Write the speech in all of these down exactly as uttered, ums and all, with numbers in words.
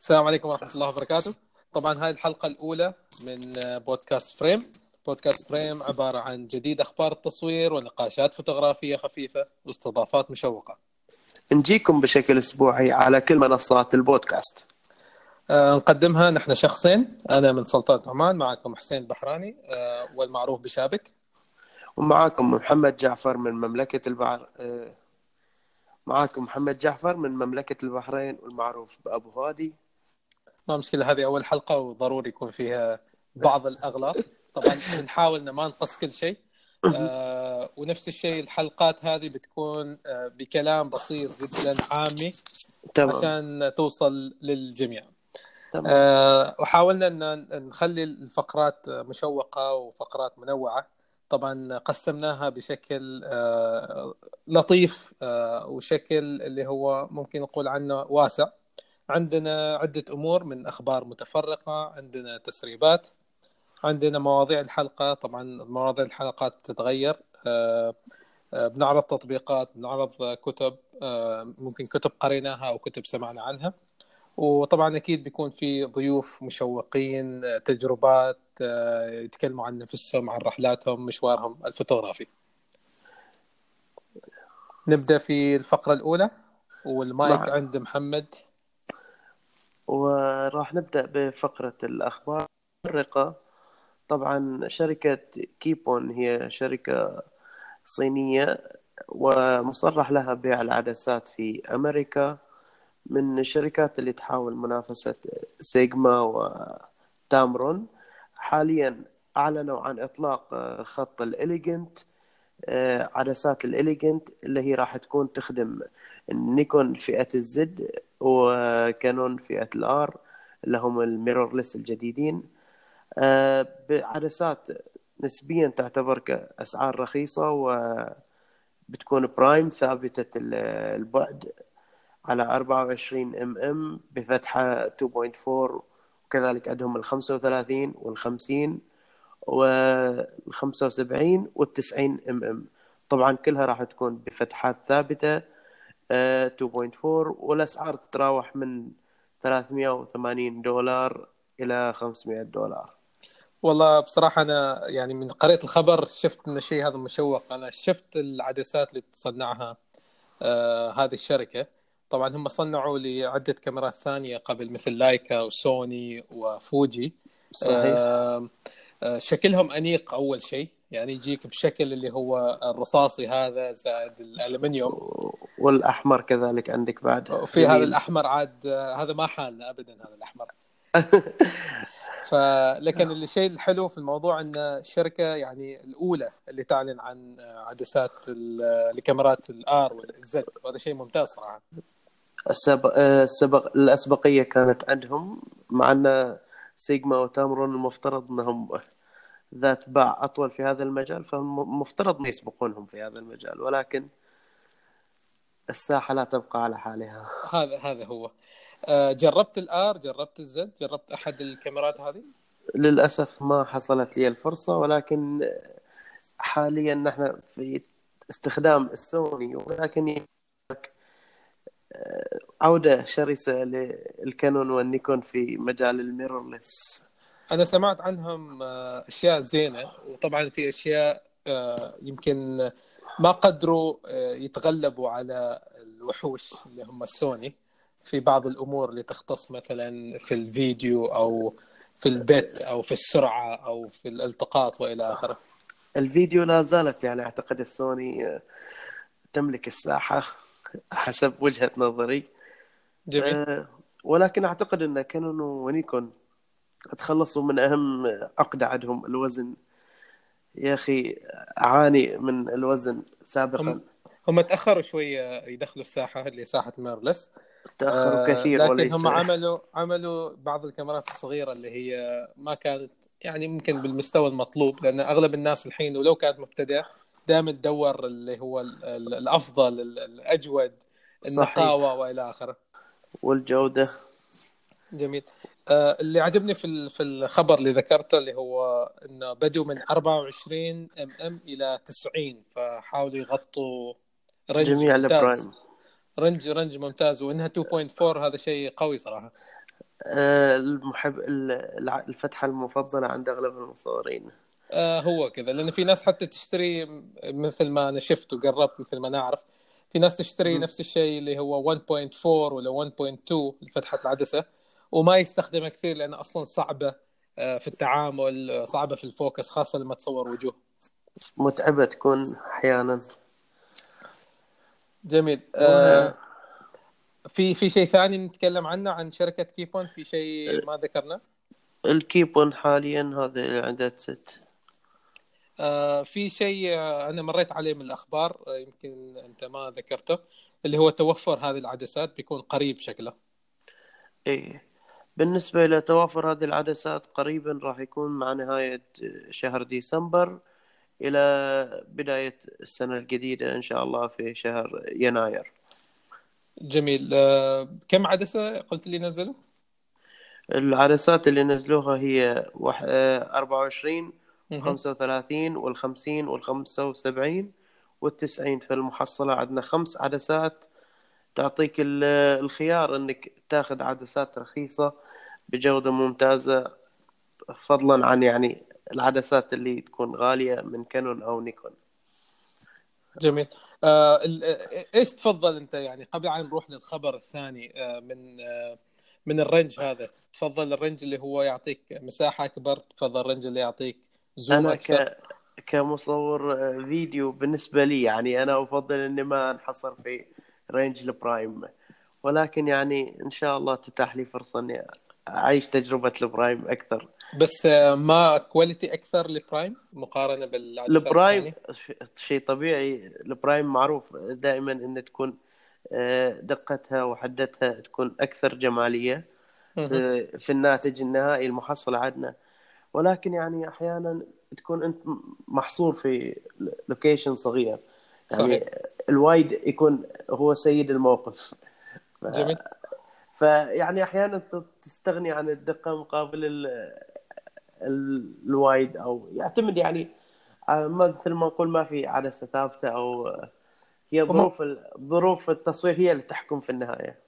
السلام عليكم ورحمة الله وبركاته. طبعا هاي الحلقة الأولى من بودكاست فريم. بودكاست فريم عبارة عن جديد أخبار التصوير ونقاشات فوتوغرافية خفيفة واستضافات مشوقة. نجيكم بشكل أسبوعي على كل منصات البودكاست. أه نقدمها نحن شخصين، أنا من سلطنة عمان، معكم حسين البحراني أه والمعروف بشابك، ومعاكم محمد جعفر من مملكة البحر آه، معاكم محمد جعفر من مملكة البحرين والمعروف بأبو هادي. ما مشكلة، هذه أول حلقة وضروري يكون فيها بعض الأغلاط. طبعا بنحاول إن ما نقص كل شيء. آه ونفس الشيء الحلقات هذه بتكون آه بكلام بسيط جدا عامي تمام عشان توصل للجميع. تمام آه وحاولنا أن نخلي الفقرات مشوقة وفقرات منوعة. طبعا قسمناها بشكل آه لطيف آه وشكل اللي هو ممكن نقول عنه واسع. عندنا عدة أمور من أخبار متفرقة، عندنا تسريبات، عندنا مواضيع الحلقة. طبعا مواضيع الحلقات تتغير. آه، آه، بنعرض تطبيقات، بنعرض كتب، آه، ممكن كتب قريناها أو كتب سمعنا عنها. وطبعا أكيد بيكون في ضيوف مشوقين، آه، تجربات، آه، يتكلموا عن نفسهم، عن رحلاتهم، مشوارهم الفوتوغرافي. نبدأ في الفقرة الأولى والمايك مع عند محمد. وراح نبدأ بفقرة الأخبار المتفرقة. طبعا شركة كيبون هي شركة صينية ومصرح لها بيع العدسات في أمريكا، من الشركات اللي تحاول منافسة سيجما وتامرون. حاليا أعلنوا عن إطلاق آه، خط الإليجنت، آه، عدسات الإليجنت اللي هي راح تكون تخدم نيكون فئة الزد وكانون فئة الآر اللي هم الميرورلس الجديدين. آه، بعدسات نسبيا تعتبر كأسعار رخيصة، وبتكون برايم ثابتة البعد على أربعة وعشرين ام ام بفتحة اثنين فاصلة أربعة، وكذلك عندهم ال خمسة وثلاثين وال خمسين وال خمسة وسبعين وال تسعين ام ام. طبعا كلها راح تكون بفتحات ثابتة آه، اثنين فاصلة أربعة، والأسعار تتراوح من ثلاثمئة وثمانين دولار إلى خمسمئة دولار. والله بصراحة أنا يعني من قريت الخبر شفت إن الشيء هذا مشوق. أنا شفت العدسات اللي تصنعها آه هذه الشركة. طبعا هم صنعوا لعدة كاميرات ثانية قبل، مثل لايكا وسوني وفوجي. صحيح. آه آه شكلهم أنيق أول شيء، يعني يجيك بشكل اللي هو الرصاصي هذا زائد الألمنيوم، والأحمر كذلك عندك بعد وفي هذا جميل. الأحمر عاد. آه هذا ما حالنا أبدا هذا الأحمر. فلكن الشيء الحلو في الموضوع ان الشركه يعني الاولى اللي تعلن عن عدسات ال- لكاميرات الار والزد، وهذا شيء ممتاز صراحه. السبق السبق الأسبقية كانت عندهم، مع أن سيجما وتامرون المفترض أنهم ذات باع أطول في هذا المجال، فهم مفترض ما يسبقونهم في هذا المجال، ولكن الساحة لا تبقى على حالها. هذا هذا هو. آه، جربت الار، جربت الزد، جربت احد الكاميرات هذه؟ للأسف ما حصلت لي الفرصة، ولكن حاليا نحن في استخدام السوني، ولكن عودة شرسة للكانون والنيكون في مجال الميرورلس. انا سمعت عنهم آه، اشياء زينه، وطبعا في اشياء آه، يمكن ما قدروا آه، يتغلبوا على الوحوش اللي هم السوني في بعض الامور اللي تختص مثلا في الفيديو او في البت او في السرعه او في الالتقاط والى اخره. الفيديو لا زالت يعني أعتقد السوني تملك الساحة حسب وجهة نظري. جميل. أه، ولكن أعتقد أن كانون ونيكون تخلصوا من أهم عقدة عندهم، الوزن. يا أخي أعاني من الوزن سابقا. هم هم تاخروا شويه يدخلوا الساحه اللي ساحه ميرلس. تأخروا آه كثير لكن وليس. هم عملوا عملوا بعض الكاميرات الصغيرة اللي هي ما كانت يعني ممكن بالمستوى المطلوب، لأن أغلب الناس الحين ولو كانت مبتدئة دائما تدور اللي هو ال- ال- الأفضل، ال- الأجود، النقاوة صحيح. وإلى آخره. والجودة. جميل. آه اللي عجبني في ال- في الخبر اللي ذكرته اللي هو إنه بدوا من أربعة وعشرين ام ام إلى تسعين، فحاولوا يغطوا رنج جميع ممتاز. البرايم. رنج رنج ممتاز، وإنها اثنين فاصلة أربعة، هذا شيء قوي صراحة. آه، المحب الع- الفتحة المفضلة عند أغلب المصورين. آه هو كذا، لان في ناس حتى تشتري، مثل ما انا شفت وقربت، مثل ما نعرف في ناس تشتري مهم. نفس الشيء اللي هو واحد فاصلة أربعة ولا واحد فاصلة اثنين فتحة العدسة، وما يستخدمها كثير لأنها أصلا صعبة آه، في التعامل، آه، صعبة في الفوكس، خاصة لما تصور وجوه. متعبة تكون أحيانا. جميل. آه، في في شيء ثاني نتكلم عنه عن شركة كيبون؟ في شيء ما ذكرنا؟ والكيبون حاليا هذا اللي عنده ست. آه، في شيء آه، أنا مريت عليه من الأخبار، آه، يمكن أنت ما ذكرته، اللي هو توفر هذه العدسات بيكون قريب شكله. إيه، بالنسبة إلى توافر هذه العدسات قريبا راح يكون مع نهاية شهر ديسمبر إلى بداية السنة الجديدة إن شاء الله في شهر يناير. جميل. آه، كم عدسة قلت لي نزلوا؟ العدسات اللي نزلوها هي وح- آه، أربعة وعشرين مهم. وخمسة وثلاثين والخمسين والخمسة وسبعين والتسعين. في المحصلة عندنا خمس عدسات تعطيك ال- الخيار إنك تاخذ عدسات رخيصة بجودة ممتازة، فضلا عن يعني العدسات اللي تكون غالية من كانون أو نيكون. جميل. آه ال- آه، ايش تفضل انت يعني، قبل ان نروح للخبر الثاني، آه من آه من الرنج هذا، تفضل الرنج اللي هو يعطيك مساحة اكبر، تفضل الرنج اللي يعطيك زوم أنا اكثر؟ ك كمصور آه، فيديو بالنسبة لي يعني أنا أفضل إني ما أنحصر في رينج البرايم، ولكن يعني إن شاء الله تتاح لي فرصة إني أعيش تجربة البرايم أكثر. بس آه ما كواليتي اكثر لبرايم مقارنة بالعدسات البرايم الثانية؟ ش- شيء طبيعي، البرايم معروف دائما إن تكون آه، دقتها وحدتها تكون أكثر جمالية مهم. في في الناتج النهائي المحصل عندنا. ولكن يعني أحيانا تكون أنت محصور في لوكيشن صغير، صحيح. يعني الوايد يكون هو سيد الموقف. ف... جميل. فيعني أحيانا ت- تستغني عن الدقة مقابل ال... ال... الوايد، أو يعتمد يعني على- ما مثل ما نقول ما في عدسة ثابتة، أو هي ظروف ال... ظروف التصوير هي اللي تحكم في النهاية.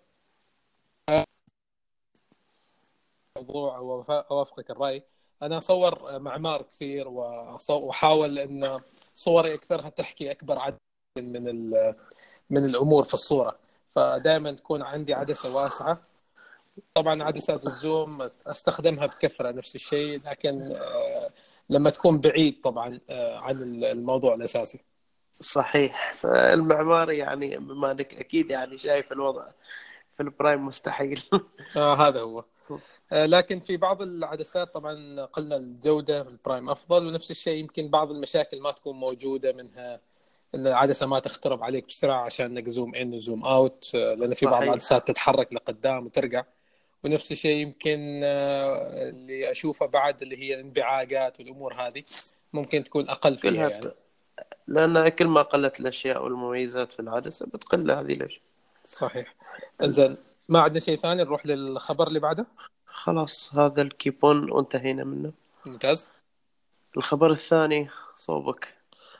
موضوع وأوافق- اوافقك الراي. انا اصور معمار كثير، وأصو- واحاول ان صوري اكثرها تحكي اكبر عدد من ال- من الامور في الصوره، فدائما تكون عندي عدسه واسعه. طبعا عدسات الزوم استخدمها بكثره نفس الشيء، لكن آه، لما تكون بعيد طبعا آه، عن الموضوع الاساسي. صحيح. فالمعماري يعني بما انك اكيد يعني شايف الوضع في البرايم مستحيل. آه هذا هو. آه، لكن في بعض العدسات طبعا قلنا الجودة في البرايم أفضل، ونفس الشيء يمكن بعض المشاكل ما تكون موجودة منها، ان العدسة ما تخترب عليك بسرعة عشان انك زوم ان وزوم اوت، آه، لان في بعض صحيح. العدسات تتحرك لقدام وترجع. ونفس الشيء يمكن آه، اللي اشوفه بعد اللي هي الانبعاجات والامور هذه ممكن تكون اقل فيها كلها يعني. ت... لان كل ما قلت الاشياء والمميزات في العدسه بتقل هذه الاشياء. صحيح. انزين، ما عندنا شيء ثاني، نروح للخبر اللي بعده. خلاص هذا الكيبون وانتهينا منه. ممتاز. الخبر الثاني صوبك.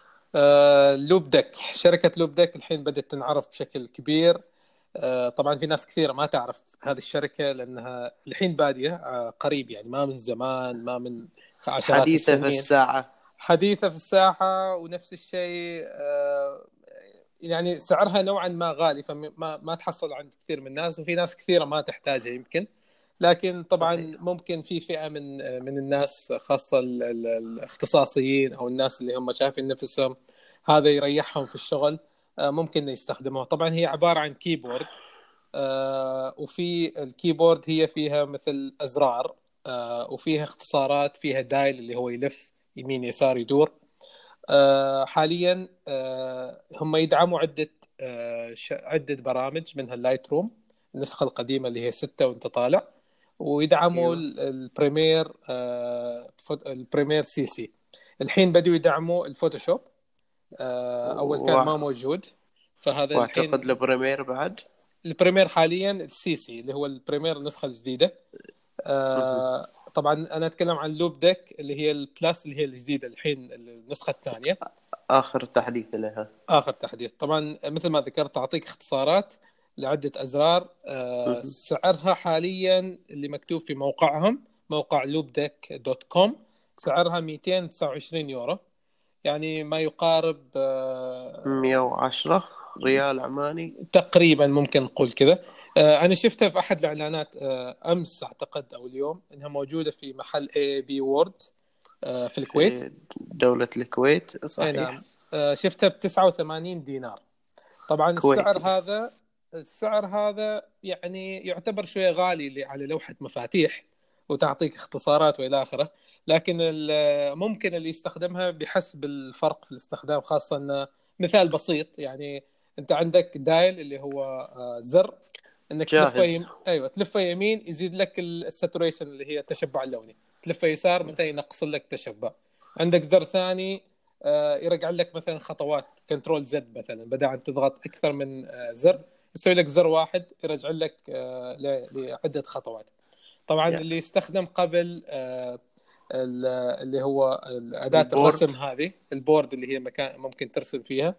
آه، لوب دك، شركة لوب دك الحين بدأت تنعرف بشكل كبير. آه، طبعا في ناس كثيرة ما تعرف هذه الشركة لأنها الحين بادية آه، قريب، يعني ما من زمان، ما من عشرات حديثة في السنين، الساعه. حديثة في الساحة. ونفس الشيء آه، يعني سعرها نوعا ما غالي، فما ما تحصل عند كثير من الناس، وفي ناس كثيرة ما تحتاجها يمكن. لكن طبعا صحيح. ممكن في فئة من من الناس، خاصة ال- ال- الاختصاصيين أو الناس اللي هم شايفين نفسهم هذا يريحهم في الشغل، آه، ممكن يستخدموه. طبعا هي عبارة عن كيبورد، آه، وفي الكيبورد هي فيها مثل أزرار، آه، وفيها اختصارات، فيها دايل اللي هو يلف يمين يسار يدور. آه، حاليا آه، هم يدعموا عدة آه، ش- عدة برامج، منها اللايت روم النسخة القديمة اللي هي ستة وانت طالع، ويدعموا ايوه. ال- البريمير آه، فوت- البريمير سي سي. الحين بدوا يدعموا الفوتوشوب، آه، أول كان و... ما موجود، فهذا واعتقد الحين. البريمير بعد. البريمير حاليا السي سي اللي هو البريمير النسخة الجديدة. مهم. آه، طبعا أنا أتكلم عن لوب ديك اللي هي البلاس اللي هي الجديدة الحين، النسخة الثانية، اخر تحديث لها. آخر تحديث. طبعا مثل ما ذكرت تعطيك اختصارات، لعدة أزرار. آه، مهم. سعرها حاليا اللي مكتوب في موقعهم، موقع لوبدك دوت كوم، سعرها مئتين وتسعة وعشرين يورو، يعني ما يقارب مية آه، وعشرة ريال عماني. تقريبا، ممكن نقول كذا. آه، أنا شفتها في أحد الإعلانات آه، أمس أعتقد أو اليوم، إنها موجودة في محل اي بي وورد في الكويت. في دولة الكويت أي صحيح. نعم. آه، شفتها ب تسعة وثمانين دينار. طبعا السعر كويتي. هذا السعر هذا يعني يعتبر شوية غالي على لوحة مفاتيح وتعطيك اختصارات وإلى آخره، لكن ال- ممكن اللي يستخدمها بحسب الفرق في الاستخدام، خاصة أن مثال بسيط يعني، أنت عندك دايل اللي هو آه، زر، انك تلفه جاهز. يم... ايوه تلفه يمين يزيد لك الساتوريشن اللي هي التشبع اللوني، تلفه يسار مثلا ينقص لك تشبع. عندك زر ثاني آه، يرجع لك مثلا خطوات، كنترول زد مثلا، بدل ان تضغط اكثر من آه، زر يسوي لك زر واحد يرجع لك آه، ل- لعده خطوات. طبعا يا اللي يستخدم قبل آه، ال- اللي هو أداة البورد. الرسم هذه، البورد اللي هي مكان ممكن ترسم فيها،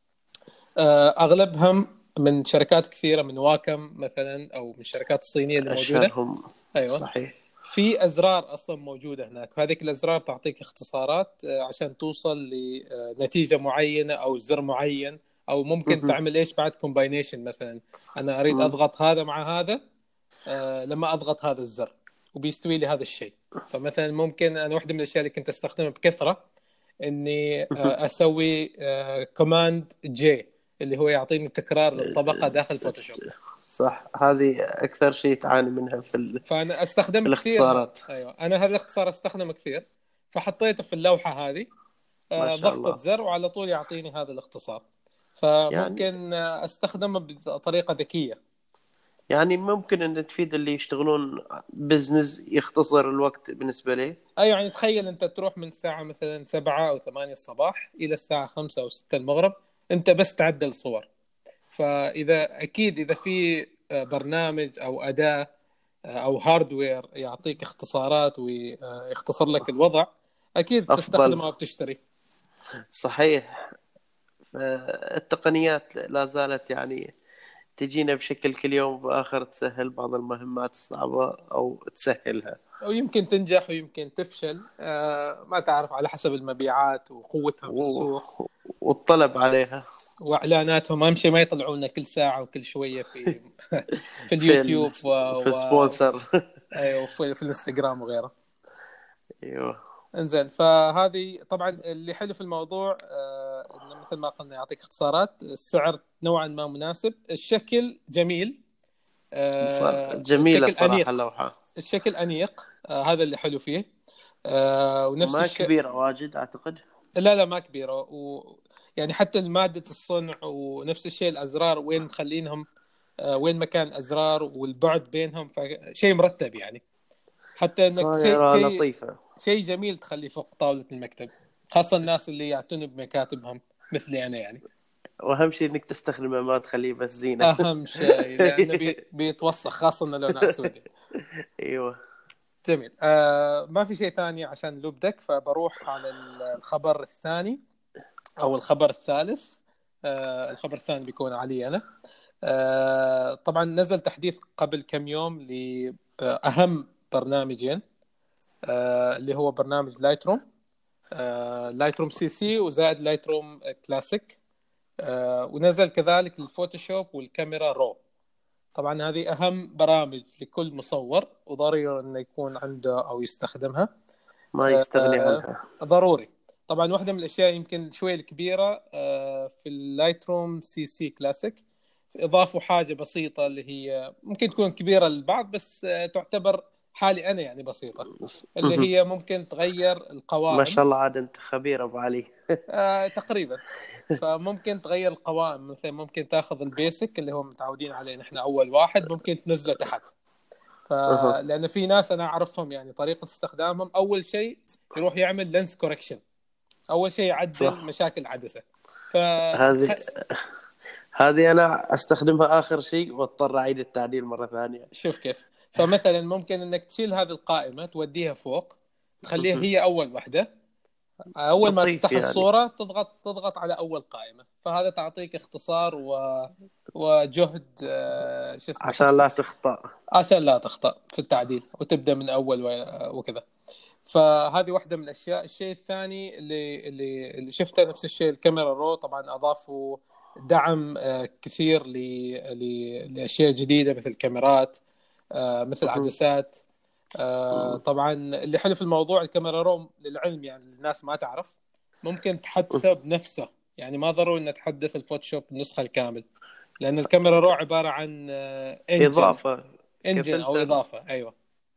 آه، اغلبهم من شركات كثيره، من واكم مثلا او من الشركات الصينيه اللي موجوده. أشهرهم. ايوه. صحيح. في ازرار اصلا موجوده هناك، وهذيك الازرار تعطيك اختصارات آه، عشان توصل لنتيجه معينه او زر معين، او ممكن مهم. تعمل ايش بعد كومباينيشن. مثلا انا اريد مم. اضغط هذا مع هذا، آه، لما اضغط هذا الزر وبيستوي لي هذا الشيء. فمثلا ممكن انا واحده من الاشياء اللي كنت استخدمها بكثره اني مهم. آه، اسوي كوماند جي اللي هو يعطيني تكرار للطبقه داخل فوتوشوب. صح، هذه أكثر شيء تعاني منها في, ال... فانا في استخدم كثير هذا. الاختصارات. ايوه، انا هذا الاختصار استخدمه كثير، فحطيته في اللوحه هذه، ما آه، شاء ضغطة الله. زر وعلى طول يعطيني هذا الاختصار. يعني فممكن آه، استخدمه بطريقه ذكيه. يعني ممكن أن تفيد اللي يشتغلون بزنس، يختصر الوقت بالنسبة لي. اي يعني تخيل انت تروح من الساعه مثلا سبعة او ثمانية الصباح الى الساعه خمسة او ستة المغرب، انت بس تعدل صور. فاذا اكيد اذا في آه، برنامج او اداه آه، او هاردوير يعطيك اختصارات ويختصر لك الوضع، اكيد أفضل. تستخدمه وبتشتري. صحيح. التقنيات لا زالت يعني تجينا بشكل كل يوم بآخر، تسهل بعض المهمات الصعبة أو تسهلها. ويمكن تنجح ويمكن تفشل، آه، ما تعرف، على حسب المبيعات وقوتها في و... السوق والطلب عليها. واعلاناتهم. اهم شيء ما يطلعوا لنا كل ساعه وكل شويه في في في ال... اليوتيوب و... في و... سبونسر. ايوه في, في الانستغرام وغيره. ايوه. انزين، فهذه طبعا اللي حلو في الموضوع آه انه مثل ما قلنا يعطيك اختصارات، السعر نوعا ما مناسب، الشكل جميل، صار آه جميلة الشكل صراحة انيق، اللوحة. الشكل انيق، آه هذا اللي حلو فيه. آه ونفس ما الشيء. كبيرة واجد أعتقد. لا لا ما كبيرة، و يعني حتى مادة الصنع ونفس الشيء، الأزرار وين مخلينهم، آه، وين مكان الأزرار والبعد بينهم، فشيء مرتب يعني. حتى انك شيء صايرة شيء لطيفة. شيء جميل تخليه فوق طاولة المكتب، خاصة الناس اللي يعتنوا بمكاتبهم مثلي أنا يعني. وأهم شيء إنك تستخدمه، ما تخليه بس زينة. أهم شيء لأنه بي بيتوسخ، خاصة إنه لونه أسود. ايوه. جميل. آه ما في شيء ثاني عشان لوب دك، فبروح على الخبر الثاني أو الخبر الثالث. آه الخبر الثاني بيكون علي أنا. آه طبعا نزل تحديث قبل كم يوم لأهم برنامجين، آه اللي هو برنامج لايتروم، آه لايتروم سي سي وزائد لايتروم كلاسيك، آه ونزل كذلك الفوتوشوب والكاميرا رو. طبعا هذه أهم برامج لكل مصور وضروري أنه يكون عنده أو يستخدمها. ما يستغني آه عنها. ضروري. طبعا واحدة من الأشياء يمكن شوي الكبيرة آه في اللايتروم سي سي كلاسيك، إضافوا حاجة بسيطة اللي هي ممكن تكون كبيرة للبعض، بس آه تعتبر حالي أنا يعني بسيطة، اللي هي ممكن تغير ما القوائم. شاء الله، عاد انت خبير ابو علي. آه تقريبا. فممكن تغير القوائم، مثلا ممكن تاخذ البيسك اللي هو متعودين عليه نحن اول واحد، ممكن تنزله تحت. أها. فلان في ناس انا اعرفهم يعني طريقه استخدامهم، اول شيء يروح يعمل لينس كوركشن، اول شيء يعدل صح. مشاكل عدسه. ف هذه هذه انا استخدمها اخر شيء واضطر اعيد التعديل مره ثانيه. شوف كيف. فمثلا ممكن انك تشيل هذه القائمه توديها فوق، تخليها أها. هي اول واحده، اول ما لطيف تفتح يعني. الصوره تضغط تضغط على اول قائمه، فهذا تعطيك اختصار و... وجهد آه، شو اسمه عشان تخت... لا تخطأ. عشان لا تخطأ في التعديل وتبدا من اول و... وكذا. فهذه واحدة من الأشياء. الشيء الثاني اللي اللي اللي شفته نفس الشيء الكاميرا رو، طبعا أضافوا دعم آه، كثير ل... ل... لأشياء جديدة مثل كاميرات، آه، مثل مهم. عدسات. آه، مهم. طبعا اللي حلو في الموضوع الكاميرا رو للعلم، يعني الناس ما تعرف، ممكن مهم. تحدثه بنفسه. يعني ما ضروري ان تحدث الفوتوشوب النسخة الكامل، لأن الكاميرا رو عبارة عن انجن إضافة انجن أو كفلتر. إضافة. أيوة.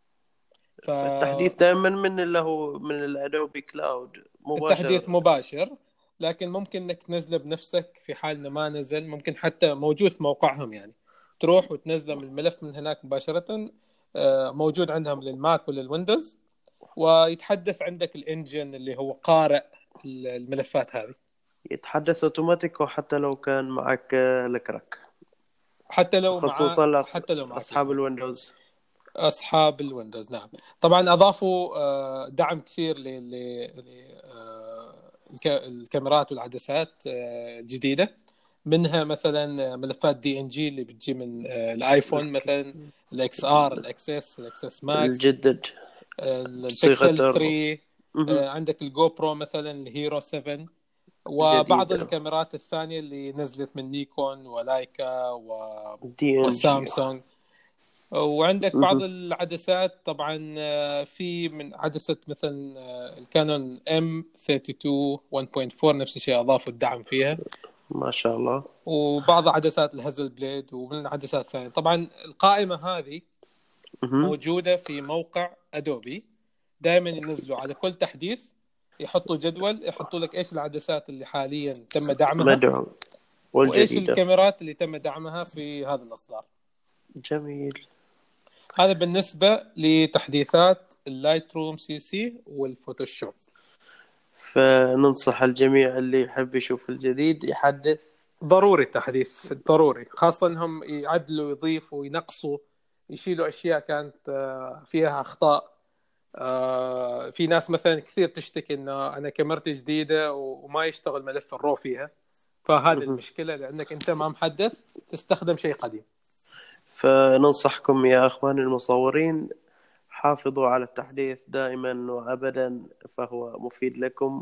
ف التحديث دائما من اللي هو من الأدوبي كلاود التحديث مباشر. مباشر، لكن ممكن انك تنزله بنفسك في حال انه ما نزل. ممكن حتى موجود في موقعهم، يعني تروح وتنزله من الملف من هناك مباشرة. آه، موجود عندهم للماك وللويندوز، ويتحدث عندك الانجن اللي هو قارئ الملفات هذه. يتحدث اوتوماتيك وحتى لو كان معك آه، الكراك، حتى لو مع خصوصا لأص- حتى لو معك لأصحاب الكرة. الويندوز. اصحاب الويندوز، نعم. طبعا اضافوا آه، دعم كثير ل ل- ل- آه، الك- الكاميرات والعدسات آه، الجديده. منها مثلا ملفات دي ان جي اللي بتجي من آه، الايفون، مثلا الاكس ار، الاكس اس، الاكس اس ماكس، الجدد بصيغة البيكسل توربو. ثري. مهم. آه، عندك الجو برو مثلا، الهيرو سفن، وبعض الجديدة الكاميرات الثانيه اللي نزلت من نيكون ولايكا و... دي ان جي. والسامسونج. وعندك بعض العدسات طبعا، آه، في من عدسة مثلا آه، الكانون ام ثلاثة وثلاثين واحد نقطة أربعة، نفس الشيء أضافوا الدعم فيها. ما شاء الله. وبعض عدسات الهزل بليد ومن العدسات الثانية. طبعا القائمة هذه مهم. موجودة في موقع أدوبي. دائما ينزلوا على كل تحديث، يحطوا جدول، يحطوا لك إيش العدسات اللي حاليا تم دعمها، مدعو وإيش والجديدة. الكاميرات اللي تم دعمها في هذا الإصدار. جميل. هذا بالنسبة لتحديثات اللايت روم سي سي والفوتوشوب. فننصح الجميع اللي يحب يشوف الجديد يحدث. ضروري التحديث، ضروري، خاصة انهم يعدلوا يضيفوا ينقصوا، يشيلوا اشياء كانت آه، فيها اخطاء. آه، في ناس مثلا كثير تشتكي انه انا كاميرتي جديدة وما يشتغل ملف الرو فيها. فهذه مهم. المشكلة، لانك انت ما محدث، تستخدم شيء قديم. فننصحكم يا أخوان المصورين، حافظوا على التحديث دائما وأبدا، فهو مفيد لكم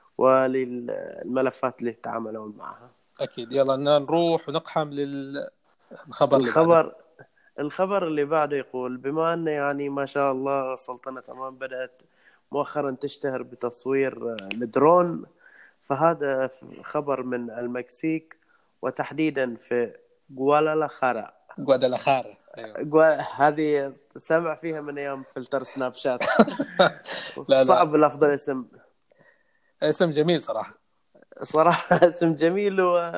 وللملفات اللي تتعاملون معها. اكيد. يلا نروح ونقحم للخبر اللي بعده. الخبر الخبر اللي بعده يقول: بما أن يعني ما شاء الله سلطنة عمان بدأت مؤخرا تشتهر بتصوير الدرون، فهذا خبر من المكسيك، وتحديدا في غوالالخارا. غوادالخارا، ايوه. جوا- هذه سمع فيها من أيام فلتر سناب شات. لا لا، صعب لفظ الاسم اسم جميل صراحة. صراحة. اسم جميل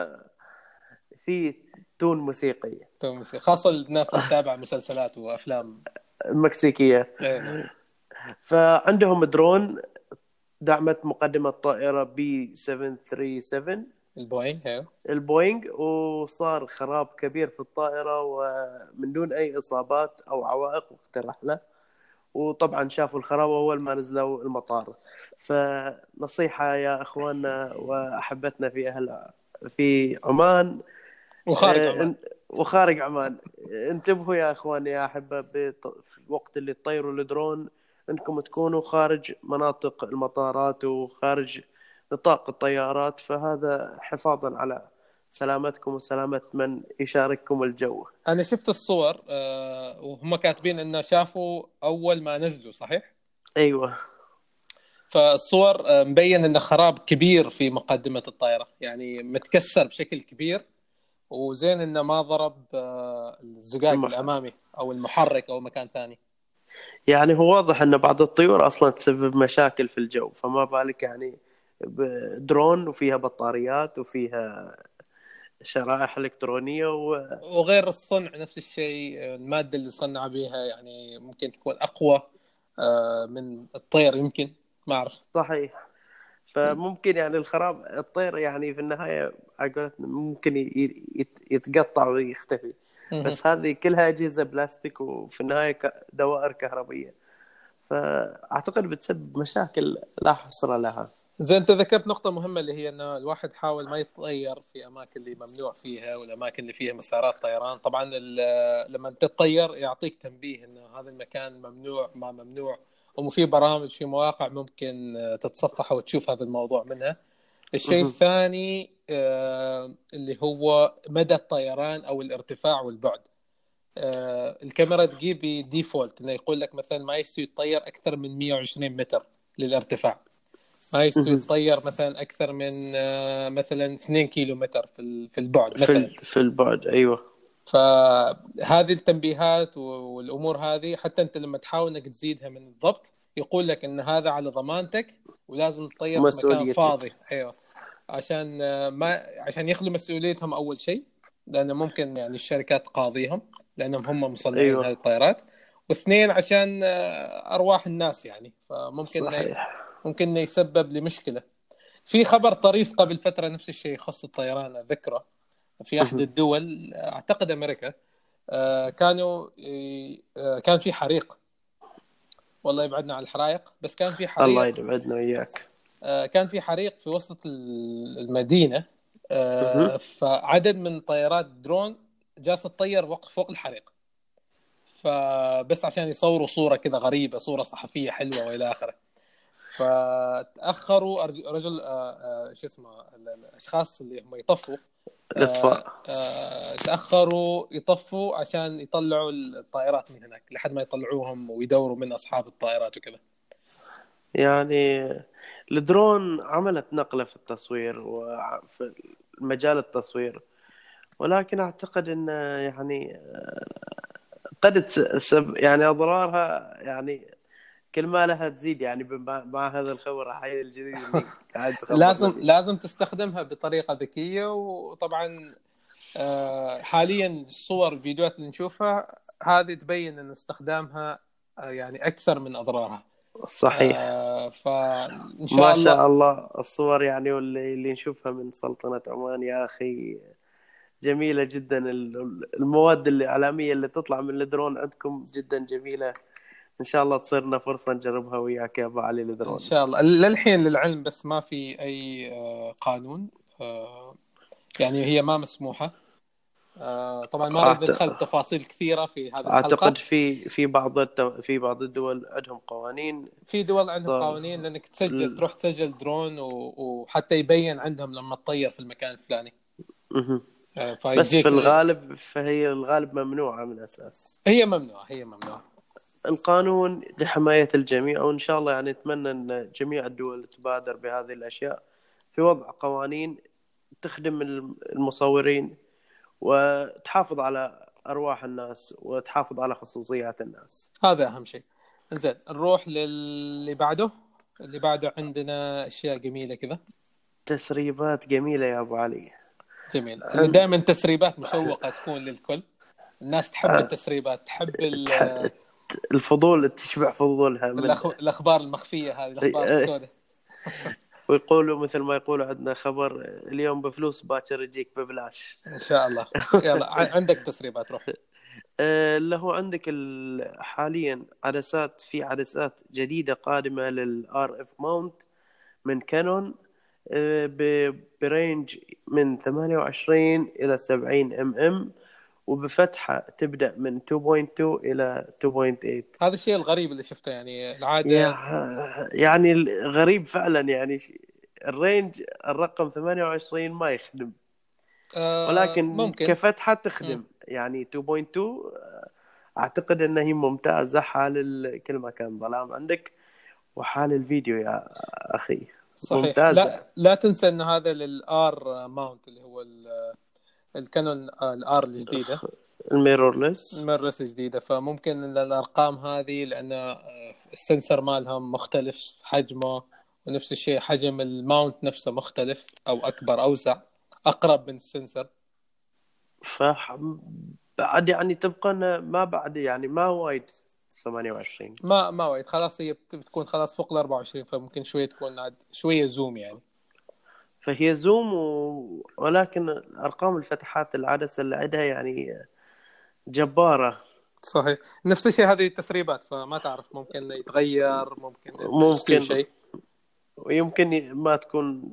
وفي تون موسيقي توماسي، خاصة الناس اللي تتابع مسلسلات وأفلام. مكسيكية. ايه نعم. فعندهم درون دعمت مقدمة طائرة بي سبعمية وثلاثة وسبعين البوينغ، ايوه. البوينغ، وصار خراب كبير في الطائرة ومن دون أي إصابات أو عوائق وقت الرحلة. وطبعا شافوا الخراب أول ما نزلوا المطار. فنصيحة يا أخواننا وأحبتنا في أهل في عمان وخارج آه، عمان. إن- وخارج عمان، انتبهوا يا أخواني يا أحبة، بط- في وقت اللي تطيروا الدرون أنكم تكونوا خارج مناطق المطارات وخارج نطاق الطيارات، فهذا حفاظا على سلامتكم وسلامة من يشارككم الجو. أنا شفت الصور آه، وهم كاتبين إنه شافوا أول ما نزلوا، صحيح؟ أيوة. فالصور آه، مبين إنه خراب كبير في مقدمة الطائرة، يعني متكسر بشكل كبير. وزين إنه ما ضرب آه، الزجاج المح... الأمامي أو المحرك أو مكان ثاني. يعني هو واضح أن بعض الطيور أصلا تسبب مشاكل في الجو، فما بالك يعني بدرون وفيها بطاريات وفيها شرائح إلكترونية و... وغير الصنع نفس الشيء، آه، المادة اللي صنع بها يعني ممكن تكون أقوى آه، من الطير، يمكن، ما أعرف. صحيح. فممكن يعني الخراب الطير يعني في النهاية عقولتنا ممكن ي- يت- يتقطع ويختفي، مهم. بس هذه كلها أجهزة بلاستيك وفي النهاية ك- دوائر كهربية، فأعتقد بتسبب مشاكل لا حصر لها. زين، انت ذكرت نقطة مهمة اللي هي انه الواحد حاول ما يتطير في اماكن اللي ممنوع فيها والاماكن اللي فيها مسارات طيران. طبعا ال- لما تتطير يعطيك تنبيه انه هذا المكان ممنوع ما ممنوع، وفي برامج في مواقع ممكن تتصفح وتشوف هذا الموضوع منها. الشيء مهم. الثاني آه، اللي هو مدى الطيران او الارتفاع والبعد. آه، الكاميرا تجيب ديفولت انه يقول لك مثلا ما يستوي تطير اكثر من مية وعشرين متر للارتفاع، ما يستوي مهم. تطير مثلا اكثر من آه، مثلا اثنين كيلو متر في ال- في البعد في مثلا. ال- في البعد، ايوه. فهذه التنبيهات والامور هذه حتى انت لما تحاول انك تزيدها من الضبط يقول لك ان هذا على ضمانتك ولازم تطير في مكان مسؤوليتك. فاضي. ايوه، عشان آه، ما عشان يخلوا مسؤوليتهم اول شيء، لانه ممكن يعني الشركات تقاضيهم لانهم هم مصنعين هذه ايوه، الطائرات. واثنين عشان آه، ارواح الناس يعني، فممكن صحيح. ممكن إنه يسبب لمشكله. في خبر طريف قبل فتره نفس الشيء يخص الطيران اذكره، في احد مهم. الدول اعتقد امريكا. آه، كانوا آه، كان في حريق، والله يبعدنا عن الحرائق، بس كان في الله حريق. يبعدنا وياك. آه، كان في حريق في وسط المدينة. مهم. آه، فعدد من طيارات درون جالسة تطير وق- فوق الحريق، فبس عشان يصوروا صورة كذا غريبة، صورة صحفية حلوة وإلى آخره. فتأخروا أرج- رجل آه، آه، شو اسمه ال- الأشخاص اللي هم يطفوا. آه، الاطفاء. آه، تأخروا يطفوا عشان يطلعوا الطائرات من هناك لحد ما يطلعوهم ويدوروا من أصحاب الطائرات وكذا. يعني الدرون عملت نقلة في التصوير وفي مجال التصوير، ولكن أعتقد أن يعني قد تسبب يعني أضرارها، يعني كل ما لها تزيد يعني مع مع هذا الخبر الحي الجديد اللي قاعد تخبرنا لازم فيه. لازم تستخدمها بطريقة ذكية. وطبعا آه، حاليا الصور الفيديوهات اللي نشوفها هذه تبين ان استخدامها آه، يعني اكثر من اضرارها. صحيح. آه، فان ما شاء الله. شاء الله الصور يعني واللي اللي نشوفها من سلطنة عمان يا أخي جميلة جدا. ال- المواد الإعلامية اللي تطلع من الدرون عندكم جدا جميلة. إن شاء الله تصيرنا فرصة نجربها وياك يا أبو علي ان الدرون. شاء الله للحين للعلم بس ما في اي آه، قانون، آه، يعني هي ما مسموحة. آه، طبعا ما اريد ندخل أعت- تفاصيل كثيرة في هذه أعتقد الحلقة. في في بعض الت- في بعض الدول عندهم قوانين. في دول عندهم ط- قوانين لانك تسجل ال- تروح تسجل درون و- وحتى يبين عندهم لما تطير في المكان الفلاني. مهم. آه، بس في فيجيك. الغالب فهي الغالب ممنوعة من أساس. هي ممنوعة، هي ممنوعة. القانون لحماية الجميع، وإن شاء الله يعني نتمنى أن جميع الدول تبادر بهذه الأشياء في وضع قوانين تخدم المصورين وتحافظ على أرواح الناس وتحافظ على خصوصيات الناس. هذا أهم شيء. زين، نروح للي بعده. اللي بعده عندنا أشياء جميلة كذا. تسريبات جميلة يا أبو علي. جميل، عن دائما تسريبات مشوقة تكون للكل. الناس تحب التسريبات، تحب ال- الفضول تشبع فضولها من الأخ... الأخبار المخفية، هذه الأخبار السوداء. ويقولوا مثل ما يقولوا عندنا خبر اليوم بفلوس باكر يجيك ببلاش. إن شاء الله. يلا ع- عندك تسريبات، روح. آه، اللي هو عندك ال- حاليا عدسات، في عدسات جديدة قادمة للار اف ماونت من كانون، آه، ب- برينج من ثمانية وعشرين إلى سبعين ام ام، وبفتحة تبدأ من اثنين فاصلة اثنين إلى اثنين فاصلة ثمانية. هذا الشيء الغريب اللي شفته، يعني العادة. يا يعني غريب فعلا يعني ش- الرينج الرقم ثمانية وعشرين ما يخدم، آه ولكن ممكن. كفتحة مم. تخدم يعني اثنين فاصلة اثنين. أعتقد أنها هي ممتازة حال ال- كل ما كان ظلام عندك، وحال الفيديو يا أخي صحيح. ممتازة. لا لا تنسى أن هذا للآر ماونت اللي هو ال- الكانون الآر الجديدة، الميرورلس. المدرسة جديدة. فممكن إن الأرقام هذه لأن آه، السنسر مالهم مختلف حجمه، ونفس الشيء حجم الماونت نفسه مختلف أو أكبر أوسع أقرب من السنسر. ف بعد يعني تبقى أنا ما بعد يعني ما وايد ثمانية وعشرين. ما ما وايد، خلاص هي بت- بتكون خلاص فوق ال أربعة وعشرين، فممكن شوية تكون عاد شوية زوم يعني. فهي زوم و... ولكن أرقام الفتحات العدسة اللي عندها يعني جبارة. صحيح، نفس الشيء هذه التسريبات، فما تعرف ممكن يتغير، ممكن إنه يستوي ممكن. شيء. ويمكن ما تكون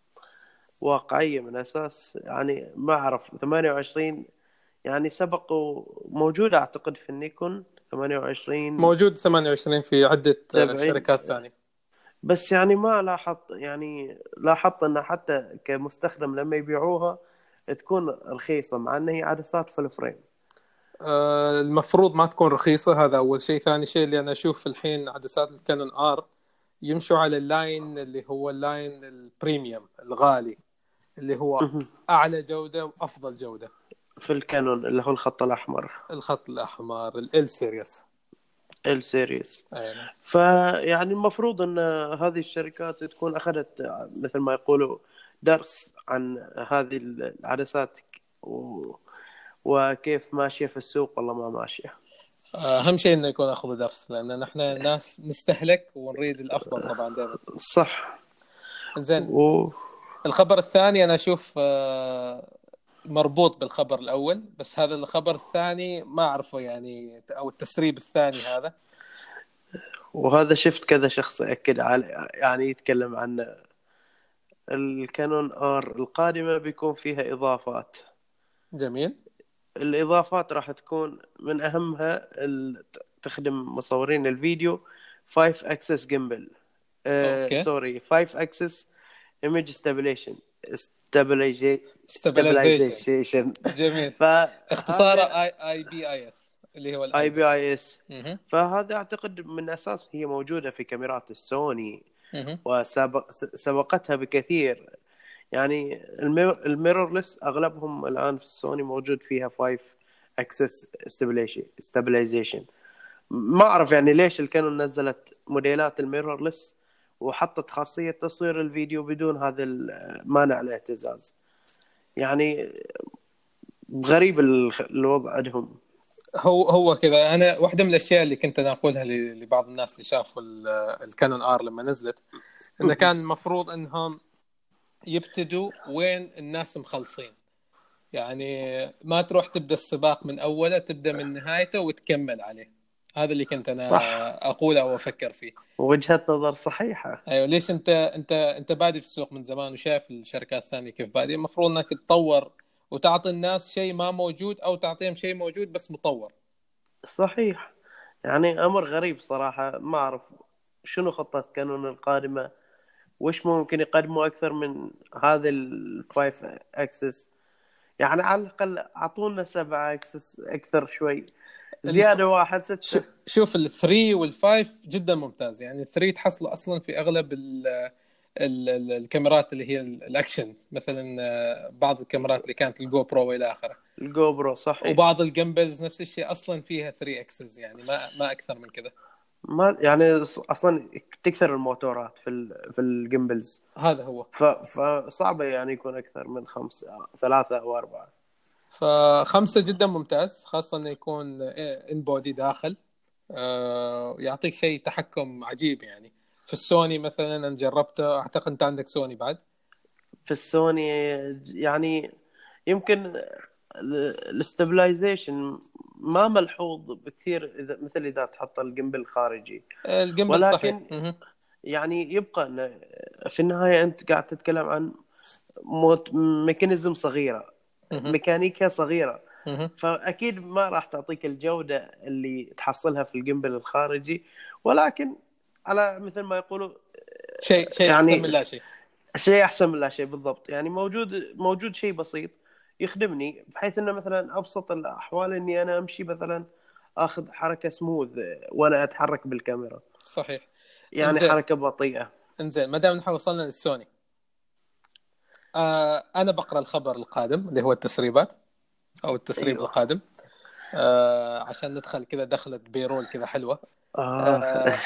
واقعية من أساس، يعني ما أعرف ثمانية وعشرين يعني سبقوا موجودة أعتقد في النيكون ثمانية وعشرين موجود ثمانية وعشرين في عدة آه، سبعين. شركات ثانية. بس يعني ما لاحظت، يعني لاحظت أن حتى كمستخدم لما يبيعوها تكون رخيصة مع أن هي عدسات فل فريم. آه، المفروض ما تكون رخيصة، هذا أول شيء. ثاني شيء اللي أنا أشوف الحين عدسات الكانون آر يمشوا على اللاين اللي هو اللاين البريميوم الغالي، اللي هو مهم. أعلى جودة وأفضل جودة. في الكانون اللي هو الخط الأحمر الخط الأحمر ال سيريس. ال سيريس. أي نعم. فيعني المفروض أن هذه الشركات تكون أخذت مثل ما يقولوا درس عن هذه العدسات و... وكيف ماشية في السوق والله ما ماشية. أهم شيء إنه يكون أخذ درس، لأن نحن ناس نستهلك ونريد الأفضل طبعا دائما. صح. زين. و... الخبر الثاني أنا أشوف آه، مربوط بالخبر الأول، بس هذا الخبر الثاني ما أعرفه يعني، أو التسريب الثاني هذا. وهذا شفت كذا شخص يأكد على، يعني يتكلم عن الكانون آر القادمة بيكون فيها إضافات. جميل. الإضافات راح تكون من أهمها ال- تخدم مصورين الفيديو خمسة axis gimbal آه، أوكي. سوري خمسة axis image stabilization stabiliza- stabilization. stabilization. جميل. اختصاره فهذا اي اي بي اي اس اللي هو اي بي الايبس. اي اس. اها. فهذا اعتقد من اساس هي موجودة في كاميرات السوني اها. وسبقتها بكثير. يعني الميرورلس اغلبهم الان في السوني موجود فيها خمسة اكسس ستابلايزيشن. ما اعرف يعني ليش الكانون نزلت موديلات الميرورلس وحطت خاصية تصوير الفيديو بدون هذا المانع الاهتزاز. يعني غريب الوضع عندهم. هو هو كذا. انا واحده من الاشياء اللي كنت انا اقولها ل- لبعض الناس اللي شافوا ال- الكانون ار لما نزلت، انه كان المفروض انهم يبتدوا وين الناس مخلصين، يعني ما تروح تبدا السباق من اوله، تبدا من نهايته وتكمل عليه. هذا اللي كنت صح، انا اقوله او افكر فيه. وجهة نظر صحيحة. ايوه، ليش انت انت انت بادي في السوق من زمان وشايف الشركات الثانيه كيف بادي، المفروض انك تطور وتعطي الناس شيء ما موجود، او تعطيهم شيء موجود بس مطور. صحيح. يعني أمر غريب صراحة، ما أعرف شنو خطة كانون القادمة، وش ممكن يقدموا أكثر من هذا الفايف أكسس. يعني على الأقل أعطونا سبعة أكسس أكثر شوي، الف... زيادة واحد ش... ستة. شوف الثري والفايف جدا ممتاز. يعني الثري تحصله اصلا في اغلب ال... ال... ال... الكاميرات اللي هي ال- الاكشن، مثلا آه، بعض الكاميرات اللي كانت الجو برو والى اخره، الجو برو صحيح. وبعض الجمبلز نفس الشيء اصلا فيها ثري اكسس، يعني ما ما اكثر من كذا. ما يعني ص- أصلا تكثر الموتورات في ال في الجيمبلز. هذا هو. ف... فصعبة يعني يكون أكثر من خمسة، ثلاثة أو أربعة. فخمسة جدا ممتاز، خاصة انه يكون ان بودي داخل، آه، يعطيك شيء تحكم عجيب. يعني في السوني مثلا انا جربته، اعتقد انت عندك سوني بعد. في السوني يعني يمكن الاستابلايزيشن ما ملحوظ بكثير، إذا مثل إذا تحط الجيمبل خارجي. الجيمبل صحيح. ولكن مه. يعني يبقى أن في النهاية أنت قاعد تتكلم عن موت ميكانيزم صغيرة، مه. ميكانيكا صغيرة. مه. فأكيد ما راح تعطيك الجودة اللي تحصلها في الجيمبل الخارجي، ولكن على مثل ما يقولوا شيء شيء احسن من يعني لا شيء. شيء أحسن من لا شيء بالضبط. يعني موجود موجود شيء بسيط يخدمني، بحيث أنه مثلا أبسط الأحوال أني أنا أمشي مثلا أخذ حركة سموث وأنا أتحرك بالكاميرا، صحيح. يعني انزين. حركة بطيئة. انزين، ما دام نحن وصلنا للسوني، آه انا بقرا الخبر القادم اللي هو التسريبات او التسريب أيوه. القادم، آه عشان ندخل كذا دخلة بيرول كذا حلوة. آه. آه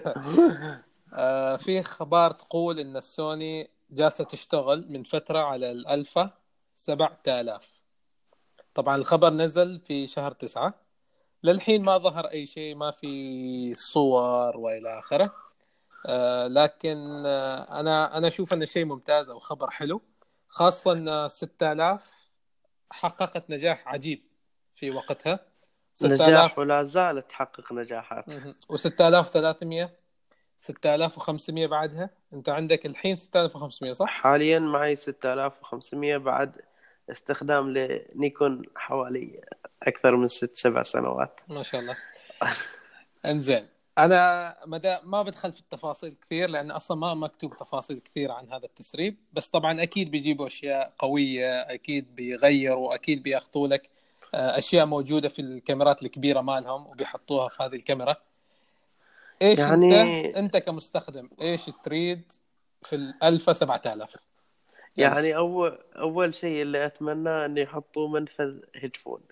آه في خبر تقول ان السوني جالسة تشتغل من فترة على الألفا سبعة آلاف. طبعا الخبر نزل في شهر تسعة، للحين ما ظهر أي شيء، ما في صور وإلى آخره. آه لكن آه أنا أنا أشوف أنه شيء ممتاز أو خبر حلو، خاصة أن ستة آلاف حققت نجاح عجيب في وقتها. نجاح ستة آلاف ولا زالت تحقق نجاحات. و ستة آلاف وثلاثمية ستة آلاف وخمسمية بعدها. انت عندك الحين ستة آلاف وخمسمية صح؟ حاليا معي ستة آلاف وخمسمية بعد استخدام لنيكون حوالي أكثر من ست سبع سنوات. ما شاء الله. انزين، انا مدى ما بدخل في التفاصيل كثير لان اصلا ما مكتوب تفاصيل كثير عن هذا التسريب، بس طبعا اكيد بيجيبوا اشياء قويه، اكيد بيغيروا، اكيد بياخذوا لك اشياء موجوده في الكاميرات الكبيره مالهم وبيحطوها في هذه الكاميرا. ايش انت يعني انت كمستخدم ايش تريد في الالفا سبعة آلاف؟ يعني يعني أول أول شيء اللي أتمناه إن يحطوا منفذ هيدفون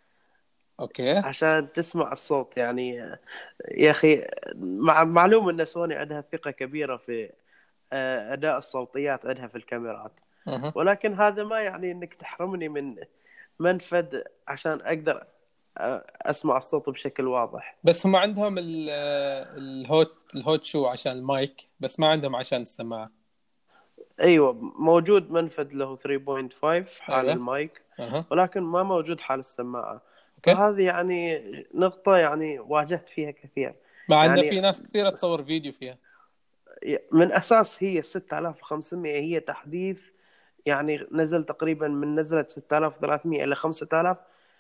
اوكي. عشان تسمع الصوت. يعني يا أخي، مع معلوم إن سوني عندها ثقة كبيرة في آه، أداء الصوتيات عندها في الكاميرات، أه. ولكن هذا ما يعني إنك تحرمني من منفذ عشان أقدر آه، أسمع الصوت بشكل واضح. بس هم عندهم ال- الهوت الهوت شو عشان المايك، بس ما عندهم عشان السماعه. أيوة، موجود منفذ له ثلاثة فاصلة خمسة حال ايوه. المايك، اها. ولكن ما موجود حال السماعة. اوكي. فهذه يعني نقطة يعني واجهت فيها كثير. مع ان يعني في ناس كثيره تصور فيديو فيها. من أساس هي ستة آلاف وخمسمية هي تحديث، يعني نزل تقريبا من نزلت ستة آلاف وثلاثمية إلى خمسة آلاف.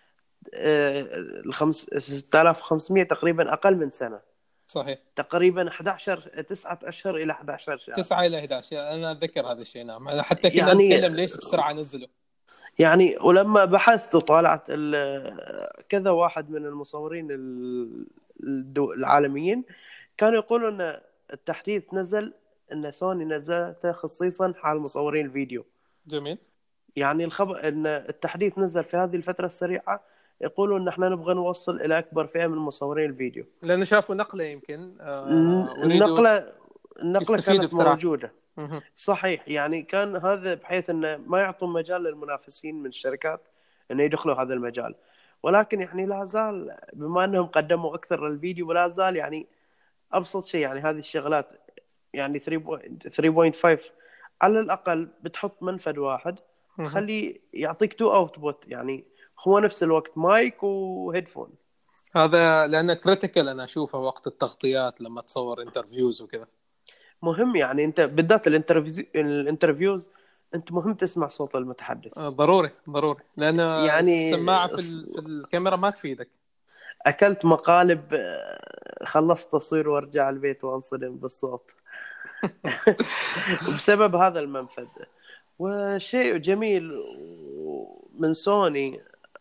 آه، الخمس ستة آلاف وخمسمية تقريبا أقل من سنة، صحيح. تقريبا أحد عشر تسعة أشهر إلى أحد عشر شهر. تسعة إلى أحد عشر أنا أتذكر هذا الشيء. نعم، أنا حتى كنا يعني نتكلم ليش بسرعة نزلوا. يعني ولما بحثت وطالعت ال- كذا واحد من المصورين ال- الدو- العالميين كانوا يقولوا ان التحديث نزل، ان سوني نزلته خصيصا حال مصورين الفيديو. جميل. يعني الخبر ان التحديث نزل في هذه الفترة السريعة، يقولوا ان احنا نبغى نوصل الى اكبر فئة من مصورين الفيديو. لأنه شافوا نقلة يمكن الن- آه وريدوا النقلة النقلة يستفيدوا كانت بسرعة. موجودة. مه. صحيح، يعني كان هذا بحيث انه ما يعطون مجال للمنافسين من الشركات انه يدخلوا هذا المجال. ولكن يعني لا زال بما انهم قدموا اكثر للفيديو، ولا زال يعني ابسط شيء يعني هذه الشغلات. يعني ثلاثة فاصلة خمسة على الاقل بتحط منفذ واحد مه. تخلي يعطيك تو اوتبوت، يعني هو نفس الوقت مايك وهيدفون. هذا لأنه كريتيكال أنا أشوفه وقت التغطيات لما تصور انترفيوز وكذا. مهم، يعني انت بالذات الانترفيو الانترفيوز انت مهم تسمع صوت المتحدث. آه ضروري ضروري، لأن يعني السماعة في ال... في الكاميرا ما تفيدك. اكلت مقالب، آه، خلصت تصوير وارجع البيت وانصدم بالصوت بسبب هذا المنفذ. وشيء جميل من سوني،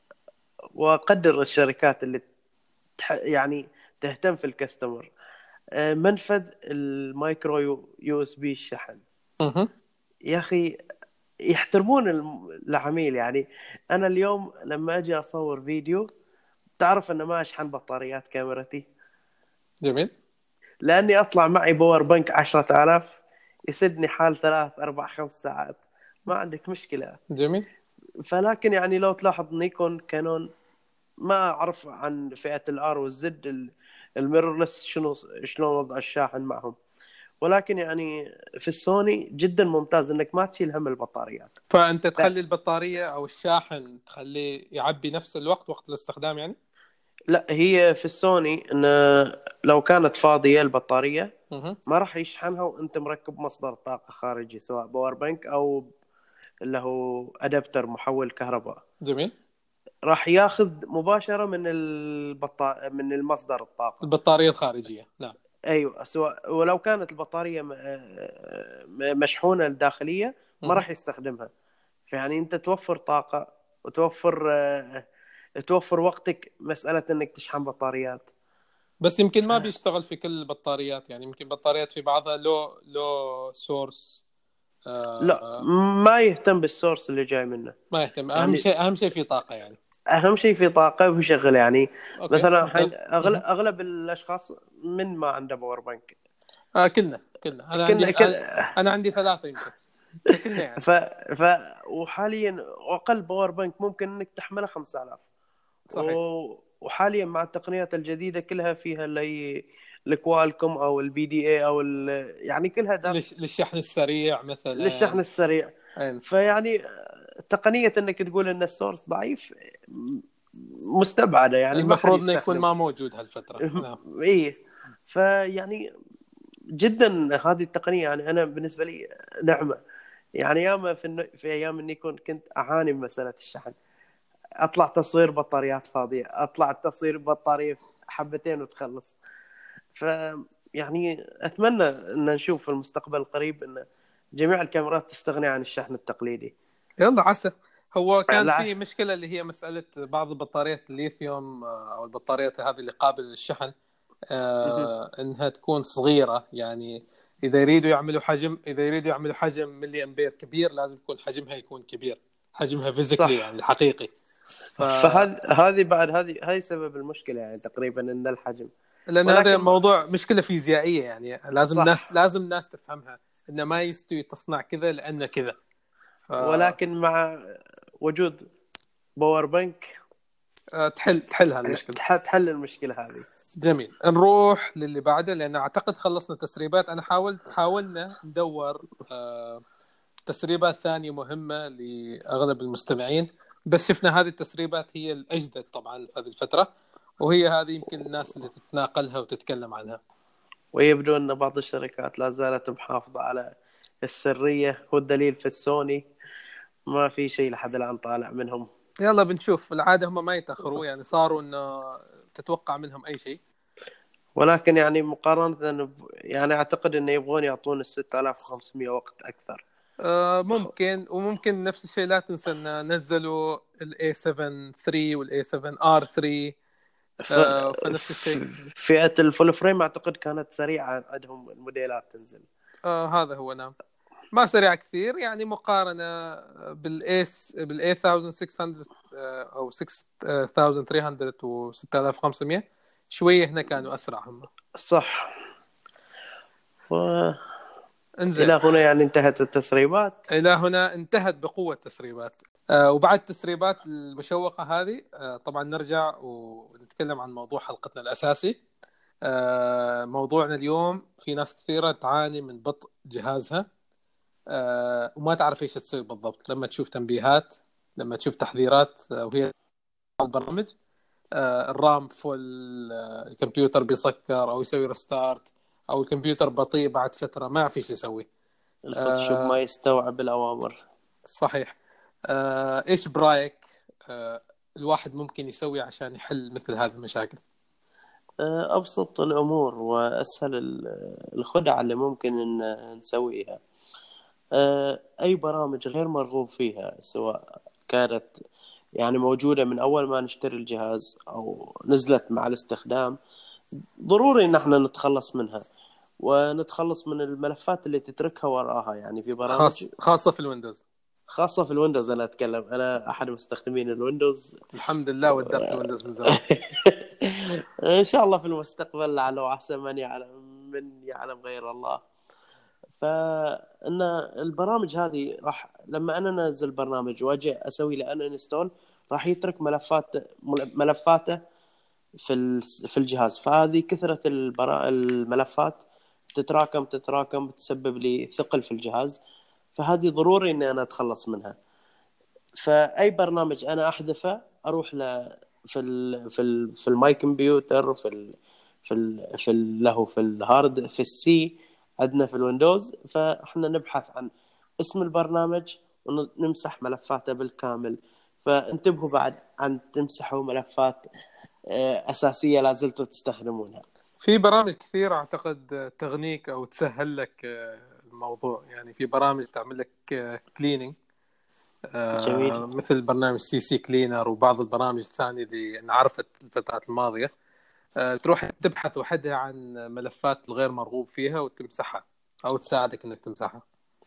واقدر الشركات اللي تح يعني تهتم في الكاستمر، آه، منفذ المايكرو يو يو اس بي الشحن. مه. يا اخي يحترمون العميل. يعني انا اليوم لما اجي اصور فيديو، تعرف ان ما اشحن بطاريات كاميرتي، جميل. لاني اطلع معي باور بنك عشرة آلاف يسدني حال ثلاث اربع خمس ساعات، ما عندك مشكله. جميل. فلكن يعني لو تلاحظ نيكون كانون ما اعرف عن فئه الار والزد الميرورلس شنو شلون وضع الشاحن معهم، ولكن يعني في السوني جدا ممتاز انك ما تشيل هم البطاريات. فأنت لا تخلي البطارية أو الشاحن تخليه يعبي نفس الوقت وقت الاستخدام يعني. لا، هي في السوني ان لو كانت فاضيه البطاريه مه. ما راح يشحنها وانت مركب مصدر طاقه خارجي، سواء باور بنك او اللي هو ادابتر محول كهرباء. جميل. راح ياخذ مباشره من البطا... من المصدر الطاقه. البطارية الخارجية. نعم. ايوه، سواء ولو كانت البطاريه م- م- مشحونه الداخليه ما مه. راح يستخدمها. فيعني انت توفر طاقه وتوفر آه، توفر وقتك، مساله انك تشحن بطاريات. بس يمكن ف... ما بيشتغل في كل البطاريات، يعني يمكن بطاريات في بعضها لو لو سورس. لا، آه ما يهتم بالسورس اللي جاي منه. ما يهتم، اهم يعني شيء اهم شيء في طاقة يعني. اهم شيء في طاقه وشغل. يعني اوكي مثلا الحين ممتاز. اغلب مه. اغلب الاشخاص من ما عنده باور بانك. آه كلنا كلنا انا كنا عندي كل انا, أنا عندي ثلاثة يمكن، فكلنا يعني. ف... ف وحاليا اقل باور بانك ممكن انك تحمله خمسة آلاف. صحيح. و... وحاليا مع التقنيات الجديده كلها فيها اللي هي الكوالكوم او البي دي اي او ال... يعني كلها داخل للش... للشحن السريع للشحن مثلا. السريع. أين. فيعني تقنيه انك تقول ان السورس ضعيف مستبعده، يعني ما حد المفروض انه يكون يستخدم. ما موجود هالفترة. نعم. ايه. فيعني جدا هذه التقنيه يعني انا بالنسبه لي نعمه. يعني ياما في الن... في ايام اني كنت كنت اعاني من مساله الشحن، اطلع تصوير بطاريات فاضيه، اطلع تصوير بطاريه حبتين وتخلص. ف يعني اتمنى ان نشوف في المستقبل القريب ان جميع الكاميرات تستغني عن الشحن التقليدي. يلا عسى. هو كان لا. في مشكلة اللي هي مسألة بعض البطاريات الليثيوم، آه، أو البطاريات هذه اللي قابلة للشحن، مهم. آه، إنها تكون صغيرة. يعني إذا يريدوا يعملوا حجم إذا يريدوا يعملوا حجم ملي أمبير كبير، لازم يكون حجمها يكون كبير، حجمها فيزيكلي صح. يعني الحقيقي. ف فهذه هذه بعد هذه هذه سبب المشكله يعني تقريبا ان الحجم. لأن هذا ولكن موضوع مشكلة فيزيائية، يعني لازم صح. الناس لازم الناس تفهمها، إن ما يستوي تصنع كذا لأن كذا. ف ولكن مع وجود باور بنك آه، تحل تحل هالمشكلة. تح- تحل المشكله هذه. جميل، نروح للي بعده، لأن أعتقد خلصنا تسريبات. أنا حاولت حاولنا ندور آه، تسريبات ثانية مهمة لأغلب المستمعين، بس شفنا هذه التسريبات هي الأجدد طبعا في هذه الفترة، وهي هذه يمكن الناس اللي تتناقلها وتتكلم عنها. ويبدو ان بعض الشركات لا زالت محافظه على السريه، والدليل في السوني ما في شيء لحد الان طالع منهم. يلا بنشوف. العادة هم ما يتأخروا، يعني صاروا إنه تتوقع منهم أي شيء. ولكن يعني مقارنه ب- يعني اعتقد انه يبغون يعطون ال ستة آلاف وخمسمية وقت اكثر. آه، ممكن. وممكن نفس الشيء، لا تنسى ان نزلوا ال إيه سبعة ثري وال إيه سبعة آر ثري. ف- آه، فنفس الشيء. ف- فئه الفول فريم اعتقد كانت سريعه عندهم الموديلات تنزل. آه، هذا هو. نعم، ما سريع كثير يعني، مقارنة بالاس بالاي ستة آه، او ستة آلاف وثلاثمية و ستة آلاف وخمسمية، شوية هنا كانوا اسرع هم. صح. والى انزين، هنا يعني انتهت التسريبات. الى هنا انتهت بقوة التسريبات. آه، وبعد التسريبات المشوقة هذه، آه، طبعا نرجع ونتكلم عن موضوع حلقتنا الاساسي. آه، موضوعنا اليوم، في ناس كثيرة تعاني من بطء جهازها، آه، وما تعرف ايش تسوي بالضبط لما تشوف تنبيهات، لما تشوف تحذيرات، آه، وهي البرامج، آه، الرام فل، آه، الكمبيوتر بيسكر او يسوي ريستارت، او الكمبيوتر بطيء بعد فترة ما في ايش يسوي. الفوتوشوب آه، ما يستوعب الأوامر. صحيح. آه، ايش برايك آه، الواحد ممكن يسوي عشان يحل مثل هذه المشاكل؟ آه، أبسط الأمور وأسهل ال- الخدع اللي ممكن إن نسويها، آه، أي برامج غير مرغوب فيها سواء كانت يعني موجودة من أول ما نشتري الجهاز أو نزلت مع الاستخدام، ضروري إن احنا نتخلص منها ونتخلص من الملفات اللي تتركها وراها. يعني في برامج خاص خاصة في الويندوز. خاصة في الويندوز، أنا أتكلم أنا أحد مستخدمين الويندوز. الحمد لله ودرت الويندوز من زمان. إن شاء الله في المستقبل لعله أحسن من يعلم من يعلم غير الله. فإن البرامج هذه راح لما أنا أنزل برنامج وأجي أسوي له أنا انستول، راح يترك ملفات ملفاته في ال- في الجهاز. فهذه كثرة البرا... الملفات تتراكم تتراكم تسبب لي ثقل في الجهاز. فهذه ضروري إني أنا أتخلص منها. فاي برنامج انا احذفه اروح ل في ال في ال في الماي كمبيوتر، في ال في ال في ال له في الهارد في السي عندنا في الويندوز. فاحنا نبحث عن اسم البرنامج ونمسح ملفاته بالكامل. فانتبهوا بعد عن تمسحوا ملفات آه، اساسيه لازلتوا تستخدمونها. في برامج كثيرة أعتقد تغنيك أو تسهل لك آه، الموضوع. يعني في برامج تعمل لك كليننج، جميل. مثل برنامج سي سي كلينر، وبعض البرامج الثانية اللي انعرفت الفترات الماضية. آه، تروح تبحث وحدها عن ملفات الغير مرغوب فيها وتمسحها، أو تساعدك إنك تمسحها.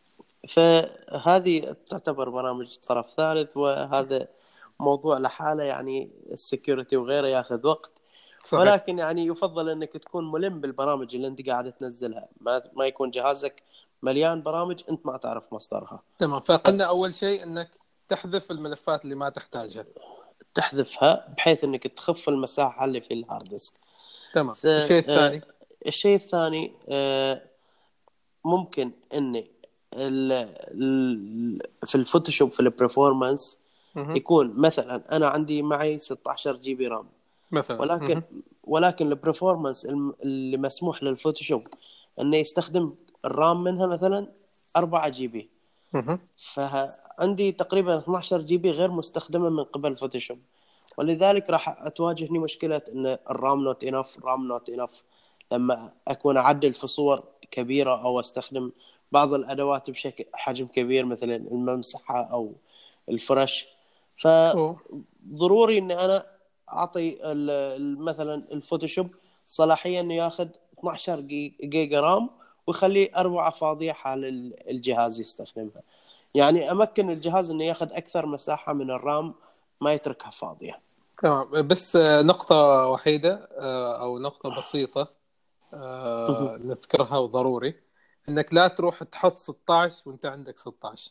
فهذه تعتبر برامج طرف ثالث، وهذا موضوع لحاله. يعني السكيورتي وغيره ياخذ وقت. صحيح. ولكن يعني يفضل انك تكون ملم بالبرامج اللي انت قاعد تنزلها، ما ما يكون جهازك مليان برامج انت ما تعرف مصدرها. تمام، فقلنا أول شيء إنك تحذف الملفات اللي ما تحتاجها. تحذفها بحيث انك تخف المساحة اللي في الهارد ديسك. تمام، ث- الشيء آه، الثاني. الشيء الثاني، آه، ممكن اني ال- ال- في الفوتوشوب في البرفورمانس مه. يكون مثلا انا عندي معي ستة عشر جي بي رام، مثلا. ولكن مه. ولكن البرفورمانس الم- اللي مسموح للفوتوشوب انه يستخدم الرام منها مثلا أربعة جي بي، مهم. فعندي تقريبا اثنا عشر جي بي غير مستخدمة من قبل فوتوشوب، ولذلك راح أتواجهني مشكلة إن الرام نوت إنف رام نوت إنف لما أكون أعدل في صور كبيرة أو أستخدم بعض الأدوات بشكل حجم كبير مثل الممسحة أو الفرش. أوه. فضروري إن أنا أعطي مثلا الفوتوشوب صلاحية إنه ياخذ اثنا عشر جيجا رام ويخليه أربعة فاضية حال الجهاز يستخدمها، يعني أمكن الجهاز إنه ياخذ أكثر مساحة من الرام، ما يتركها فاضية. تمام. بس آه، نقطة وحيدة آه، أو نقطة بسيطة آه، نذكرها وضروري، إنك لا تروح تحط ستة عشر وأنت عندك ستة عشر.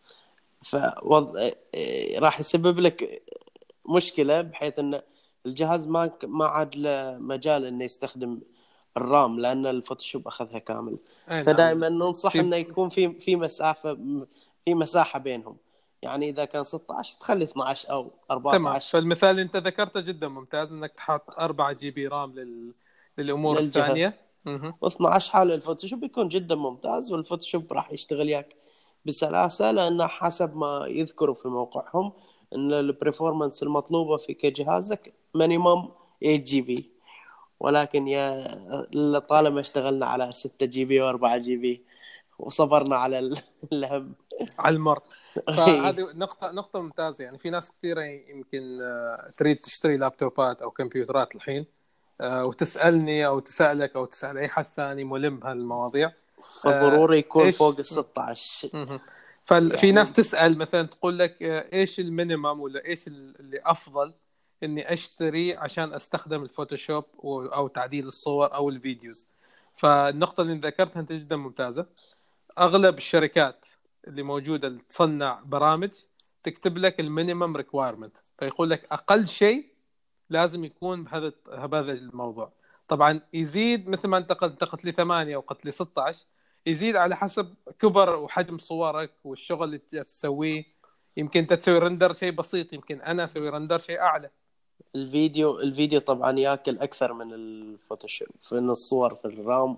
فوض... راح يسبب لك مشكلة بحيث أن الجهاز ما ما عاد له مجال إنه يستخدم الرام لأن الفوتوشوب أخذها كامل. أي نعم. فدائما ننصح في إنه يكون في في مسافة في مساحة بينهم، يعني إذا كان ستة عشر تخلي اثنا عشر أو تمام. أربعة عشر فالمثال اللي أنت ذكرته جدا ممتاز، إنك تحط أربعة جي بي رام لل... للأمور للجهاز، الثانية. مهم. و12 حال الفوتوشوب يكون جدا ممتاز، والفوتوشوب راح يشتغل ياك بسلاسة، لأن حسب ما يذكروا في موقعهم أن البرفورمانس المطلوبة في كجهازك مينيموم ثمانية جي بي، ولكن يا طالما اشتغلنا على ستة جي بي و4 جي بي وصبرنا على الهم. على المر. فهذه نقطة نقطة ممتازة. يعني في ناس كثيرة يمكن آه، تريد تشتري لابتوبات أو كمبيوترات الحين، آه، وتسألني أو تسألك أو تسأل أي حد ثاني ملم بهالمواضيع آه، فضروري يكون فوق إيش. ال ستة عشر مهم. ففي ناس يعني. تسأل مثلا تقول لك آه، إيش المينيمم ولا إيش اللي أفضل إني أشتري عشان أستخدم الفوتوشوب و- أو تعديل الصور أو الفيديوز. فالنقطة اللي ذكرتها أنت جدا ممتازة. اغلب الشركات اللي موجوده اللي تصنع برامج تكتب لك المينيمم ريكوايرمنت، فيقول لك اقل شيء لازم يكون بهذا بهذا الموضوع. طبعا يزيد مثل ما انت قلت قلت لي ثمانية وقلت لي ستة عشر، يزيد على حسب كبر وحجم صورك والشغل اللي تسويه. يمكن انت تسوي رندر شيء بسيط، يمكن انا اسوي رندر شيء اعلى. الفيديو الفيديو طبعا ياكل أكثر من الفوتوشوب في إن الصور في الرام،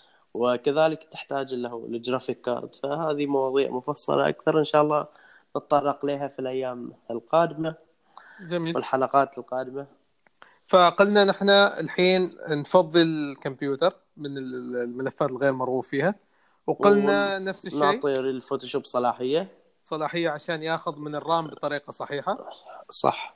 وكذلك تحتاج له الجرافيك كارد. فهذه مواضيع مفصلة أكثر إن شاء الله نتطرق لها في الأيام القادمة جميل. والحلقات القادمة. فقلنا نحن الحين نفضل الكمبيوتر من الملفات الغير مرغوب فيها، وقلنا نفس الشيء ونعطي للفوتوشوب صلاحية صلاحية عشان ياخذ من الرام بطريقة صحيحة. صح.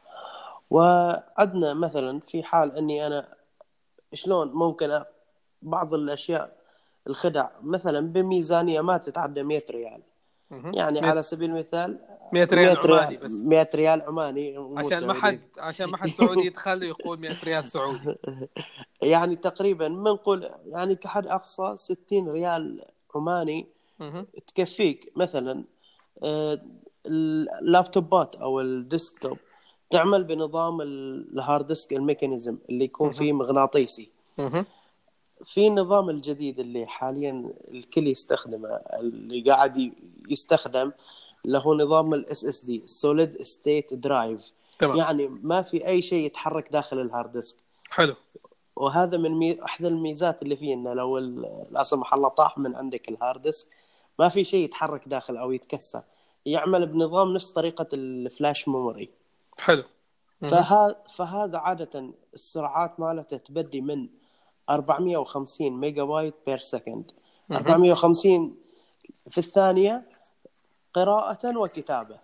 وعندنا مثلا في حال أني أنا شلون ممكن أ- بعض الأشياء الخدع مثلا بميزانية ما تتعدى مئة ريال، مهم. يعني على سبيل المثال مئة ريال مئة عماني ريال بس، مئة ريال عماني مو عشان ما سعودي. حد عشان ما حد سعودي يدخل ويقول مئة ريال سعودي. يعني تقريبا بنقول يعني كحد أقصى ستين ريال عماني مهم. تكفيك. مثلا آه، اللابتوبات أو الديسكتوب تعمل بنظام الهارد ديسك الميكانيزم اللي يكون مهم. فيه مغناطيسي. مهم. في النظام الجديد اللي حاليا الكل يستخدمه اللي قاعد يستخدم له نظام الاس اس دي Solid State Drive، تمام. يعني ما في اي شيء يتحرك داخل الهارد ديسك. حلو. وهذا من مي... احدى الميزات اللي فيه انه لو ال- لا سمح الله طاح من عندك الهارد ديسك ما في شيء يتحرك داخل او يتكسر، يعمل بنظام نفس طريقة الفلاش ميموري. حلو. مهم. فهذا فهذا عادة السرعات مالته تبدي من أربعمئة وخمسين ميجا بايت بير سكند، مهم. أربعمئة وخمسين في الثانية قراءة وكتابة،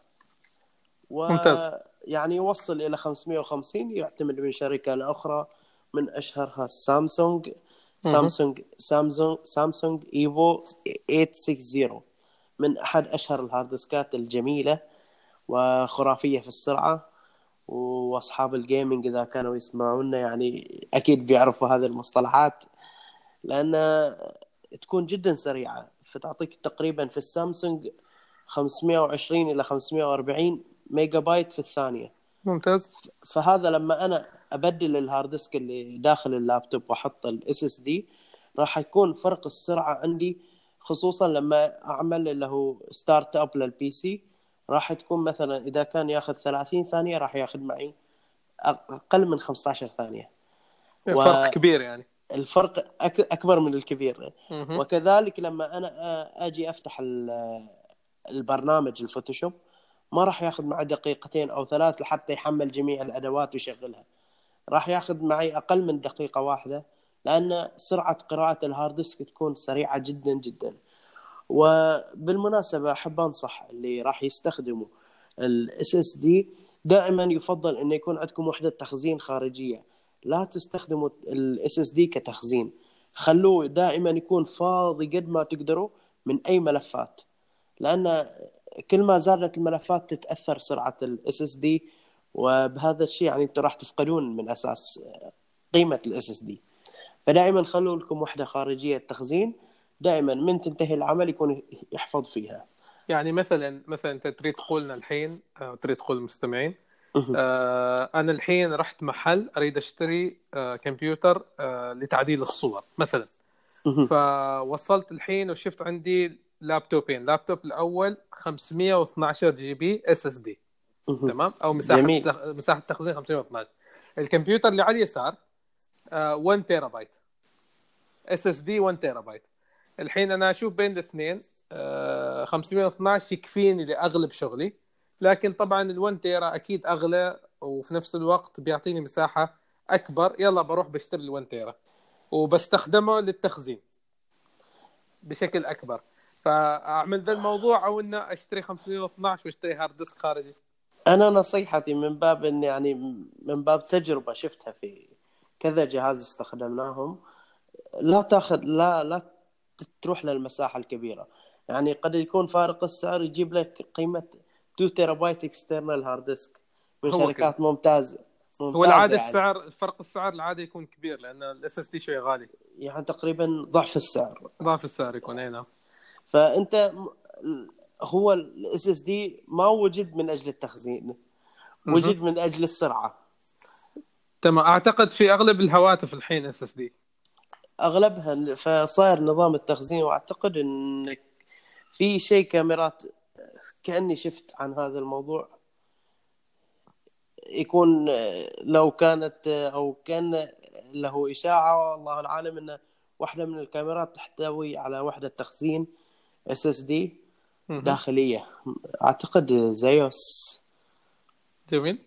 ممتاز. ويعني يوصل إلى خمسمئة وخمسين، يعتمد من شركة لأخرى. من أشهرها سامسونج مهم. سامسونج سامسونج سامسونج إيفو ثمانمئة وستين، من أحد أشهر الهاردسكات الجميلة وخرافية في السرعة. واصحاب الجيمنج اذا كانوا يسمعونا يعني اكيد بيعرفوا هذه المصطلحات، لان تكون جدا سريعه. فتعطيك تقريبا في السامسونج خمسمئة وعشرين الى خمسمئة وأربعين ميجا بايت في الثانيه. ممتاز. فهذا لما انا ابدل الهارد ديسك اللي داخل اللابتوب واحط الاس اس دي راح يكون فرق السرعه عندي، خصوصا لما اعمل اللي هو ستارت اب للبي سي. راح تكون مثلا اذا كان ياخذ ثلاثين ثانيه راح ياخذ معي اقل من خمسة عشر ثانيه. فرق و كبير يعني. الفرق أك- أكبر من الكبير. مهم. وكذلك لما أنا آ- أجي أفتح ال- البرنامج الفوتوشوب، ما راح ياخذ معي دقيقتين أو ثلاث لحتى يحمل جميع الأدوات ويشغلها، راح ياخذ معي أقل من دقيقة واحدة، لأن سرعة قراءة الهارد ديسك تكون سريعة جدا جدا. وبالمناسبة أحب أنصح اللي راح يستخدموا ال إس إس دي دائما يفضل أن يكون عندكم وحدة تخزين خارجية. لا تستخدموا ال إس إس دي كتخزين، خلوه دائما يكون فاضي قد ما تقدروا من أي ملفات، لأن كل ما زادت الملفات تتأثر سرعة ال إس إس دي، وبهذا الشيء يعني أنتم راح تفقدون من أساس قيمة ال إس إس دي. فدائما خلوا لكم وحدة خارجية تخزين، دائما من تنتهي العمل يكون يحفظ فيها. يعني مثلا مثلا انت تريد تقولنا الحين، او تريد تقول للمستمعين، آه انا الحين رحت محل اريد اشتري آه كمبيوتر آه لتعديل الصور مثلا، فوصلت الحين وشفت عندي لابتوبين. لابتوب الاول خمسمية واثناشر جي بي اس اس دي، تمام، او مساحه جميل. تخ... مساحه تخزين خمسمية واثناشر. الكمبيوتر اللي على اليسار آه واحد تيرا بايت اس اس دي، واحد تيرا بايت. الحين انا اشوف بين الاثنين آه خمسمية واثناشر يكفيني لاغلب شغلي، لكن طبعا ال1 تيرا اكيد اغلى وفي نفس الوقت بيعطيني مساحه اكبر. يلا بروح بشتري ال1 تيرا وبستخدمه للتخزين بشكل اكبر. فاعمل ذا الموضوع او ان اشتري خمسمية واثناشر واشتري هارد ديسك خارجي؟ أنا نصيحتي من باب إن يعني من باب تجربة شفتها في كذا جهاز استخدمناهم، لا تاخذ لا لا تروح للمساحة الكبيرة. يعني قد يكون فارق السعر يجيب لك قيمة اثنين تيرا بايت اكسترنال هارد ديسك من هو كذا. شركات ممتازة هو ممتازة العاده يعني. السعر، الفرق السعر العاده يكون كبير لان الاس اس دي شوي غالي. يعني تقريبا ضعف السعر. ضعف السعر يكون، اي نعم. فانت هو الاس اس دي ما وجد من اجل التخزين، مه. وجد من اجل السرعه. تمام. اعتقد في اغلب الهواتف الحين اس اس دي. اغلبها فصاير نظام التخزين. واعتقد ان في شيء كاميرات، كاني شفت عن هذا الموضوع، يكون لو كانت او كان له اشاعه والله العالم، ان واحده من الكاميرات تحتوي على وحده تخزين اس اس دي مه. داخليه. اعتقد زيوس. جميل.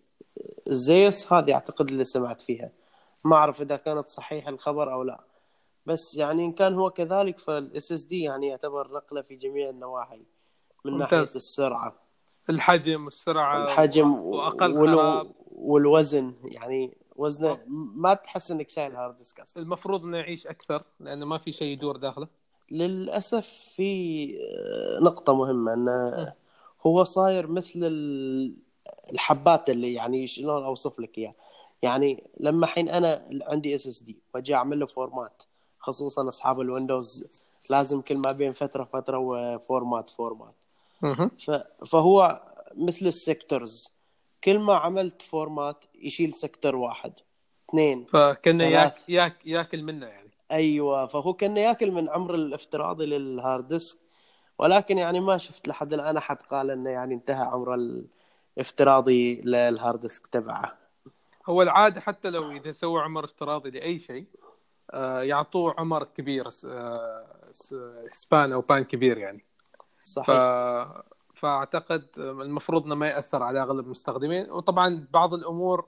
زيوس هذه اعتقد اللي سمعت فيها، ما اعرف اذا كانت صحيحه الخبر او لا، بس يعني ان كان هو كذلك فالاس اس دي يعني يعتبر نقله في جميع النواحي، من ناحيه ممتاز. السرعه الحجم والسرعة والحجم و... وأقل خراب. والو والوزن. يعني و... وزنه ما تحس انك شايل هارد ديسك اصلا. المفروض انه يعيش أكثر لأنه ما في شيء يدور داخله. للاسف في نقطه مهمه، انه م. هو صاير مثل ال- الحبات اللي يعني شلون اوصف لك اياه. يعني لما حين انا عندي اس اس دي واجي اعمل له فورمات، خصوصا اصحاب الويندوز لازم كل ما بين فتره فتره وفورمات فورمات. مه. ف- فهو مثل السيكتورز، كل ما عملت فورمات يشيل سيكتور واحد اثنين فكأنه ثلاث. ياك... ياك... ياكل منه يعني. ايوه، فهو كان ياكل من عمر الافتراضي للهارد ديسك. ولكن يعني ما شفت لحد الان احد قال انه يعني انتهى عمره الافتراضي للهارد ديسك تبعه. هو العادة حتى لو إذا سوى عمر افتراضي لأي شيء آه يعطوه عمر كبير، آه سبان أو بان كبير يعني. ف... صحيح. فأعتقد المفروض إنه ما يأثر على أغلب المستخدمين. وطبعا بعض الأمور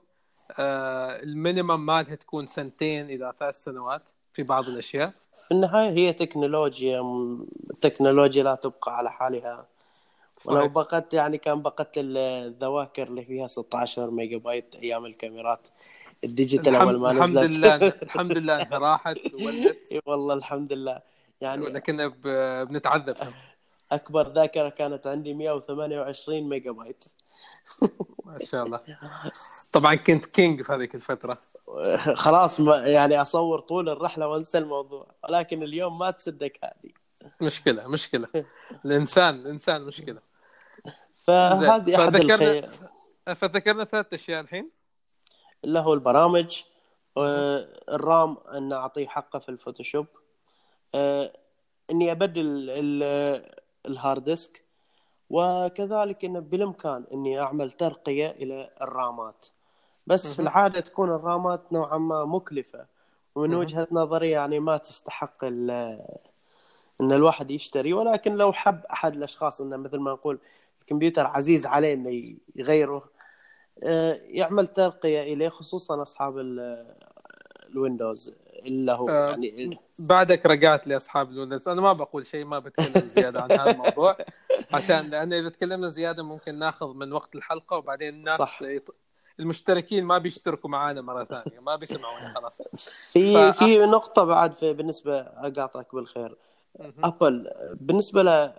آه المينيمم مالها تكون سنتين إلى ثلاث سنوات في بعض الأشياء. في النهاية هي تكنولوجيا، م- التكنولوجيا لا تبقى على حالها. ولو صحيح. بقت يعني كان بقت الذواكر اللي فيها ستة عشر ميجا بايت أيام الكاميرات الديجيتال أول الحمد ما الحمد نزلت. لله الحمد لله انها راحت وولت، اي والله الحمد لله. يعني ولكن ب- بنتعذب. أكبر ذاكرة كانت عندي مية وثمانية وعشرين ميجا بايت. ما شاء الله. طبعا كنت كينج في هذيك الفترة. خلاص ما يعني أصور طول الرحلة وأنسى الموضوع، ولكن اليوم ما تصدق هذه. مشكلة مشكلة. الإنسان الإنسان مشكلة. زين. فهذه أحد فذكرنا الخير. فذكرنا ثلاث أشياء الحين. اللي هو البرامج، مه. الرام أن أعطيه حقه في الفوتوشوب، آه، إني أبدل ال- الهارد ديسك، وكذلك إنه بالإمكان إني أعمل ترقية إلى الرامات. بس في مه. العادة تكون الرامات نوعا ما مكلفة ومن مهم. وجهة نظري يعني ما تستحق ال- ان الواحد يشتري. ولكن لو حب احد الاشخاص انه مثل ما نقول الكمبيوتر عزيز عليه انه يغيره، آه، يعمل ترقية اليه، خصوصا اصحاب ال- الويندوز اللي هو آه، يعني. بعدك رجعت لأصحاب الويندوز. أنا ما بقول شيء، ما بتكلم زيادة عن هذا الموضوع، عشان لأن إذا تكلمنا زيادة ممكن ناخذ من وقت الحلقة، وبعدين الناس صح. يط... المشتركين ما بيشتركوا معانا مرة ثانية، ما بيسمعونا خلاص. في في فأحسن. نقطة بعد، في بالنسبة أقاطعك بالخير. مهم. أبل بالنسبة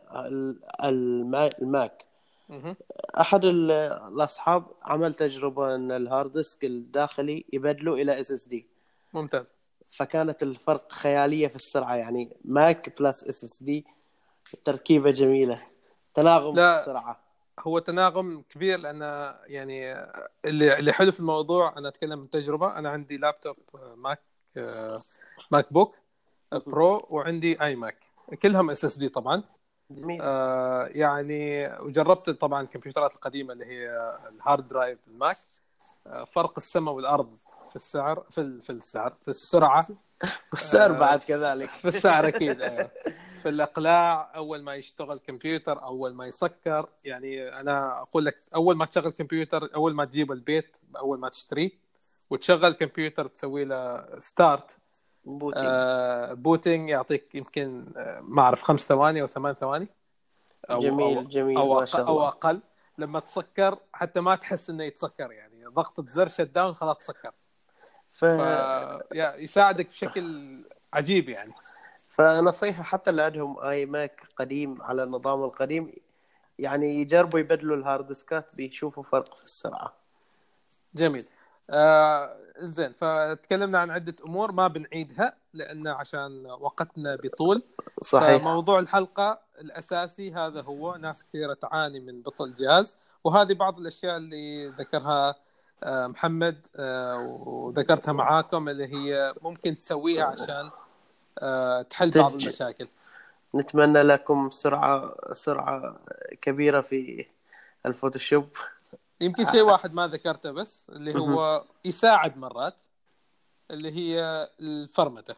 للماك، مهم. أحد ال- الأصحاب عمل تجربة أن الهارد ديسك الداخلي يبدله إلى اس اس دي، ممتاز. فكانت الفرق خيالية في السرعة. يعني ماك بلس اس اس دي تركيبة جميلة، تناغم في لا، السرعة. هو تناغم كبير، لأن يعني اللي اللي حلو في الموضوع، أنا أتكلم من تجربة. أنا عندي لابتوب ماك، ماك بوك برو، وعندي اي ماك، كلهم اس اس دي طبعا. جميل. آه يعني وجربت طبعا الكمبيوترات القديمه اللي هي الهارد درايف الماك. آه فرق السماء والارض في السعر، في ال- في السعر، في السرعه. والسعر آه بعد كذلك. في السعر اكيد، ايوه. في الاقلاع، اول ما يشتغل كمبيوتر، اول ما يسكر. يعني انا اقول لك، اول ما تشغل كمبيوتر، اول ما تجيب البيت، اول ما تشتريه وتشغل كمبيوتر، تسوي له ستارت، بوتينج. آه بوتينج، يعطيك يمكن آه ما أعرف خمس ثواني أو ثمان ثواني، أو أو جميل جميل أو ما أقل, شاء أو الله. أقل. لما تسكر حتى ما تحس إنه يتسكر، يعني ضغطة زر شت داون خلاص تسكر. ف فيساعدك بشكل عجيب يعني. فنصيحة حتى اللي عندهم اي ماك قديم على النظام القديم، يعني يجربوا يبدلوا الهارد ديسكات، بيشوفوا فرق في السرعة. جميل. آه زين، فتكلمنا عن عدة أمور ما بنعيدها لأن عشان وقتنا بيطول. صحيح. فموضوع الحلقة الأساسي هذا هو، ناس كثيرة تعاني من بطء الجهاز، وهذه بعض الأشياء اللي ذكرها آه، محمد، آه، وذكرتها معاكم، اللي هي ممكن تسويها عشان آه، تحل بعض تج... المشاكل. نتمنى لكم سرعة سرعة كبيرة في الفوتوشوب. يمكن شيء واحد ما ذكرته بس، اللي مهم. هو يساعد مرات، اللي هي الفرمتة.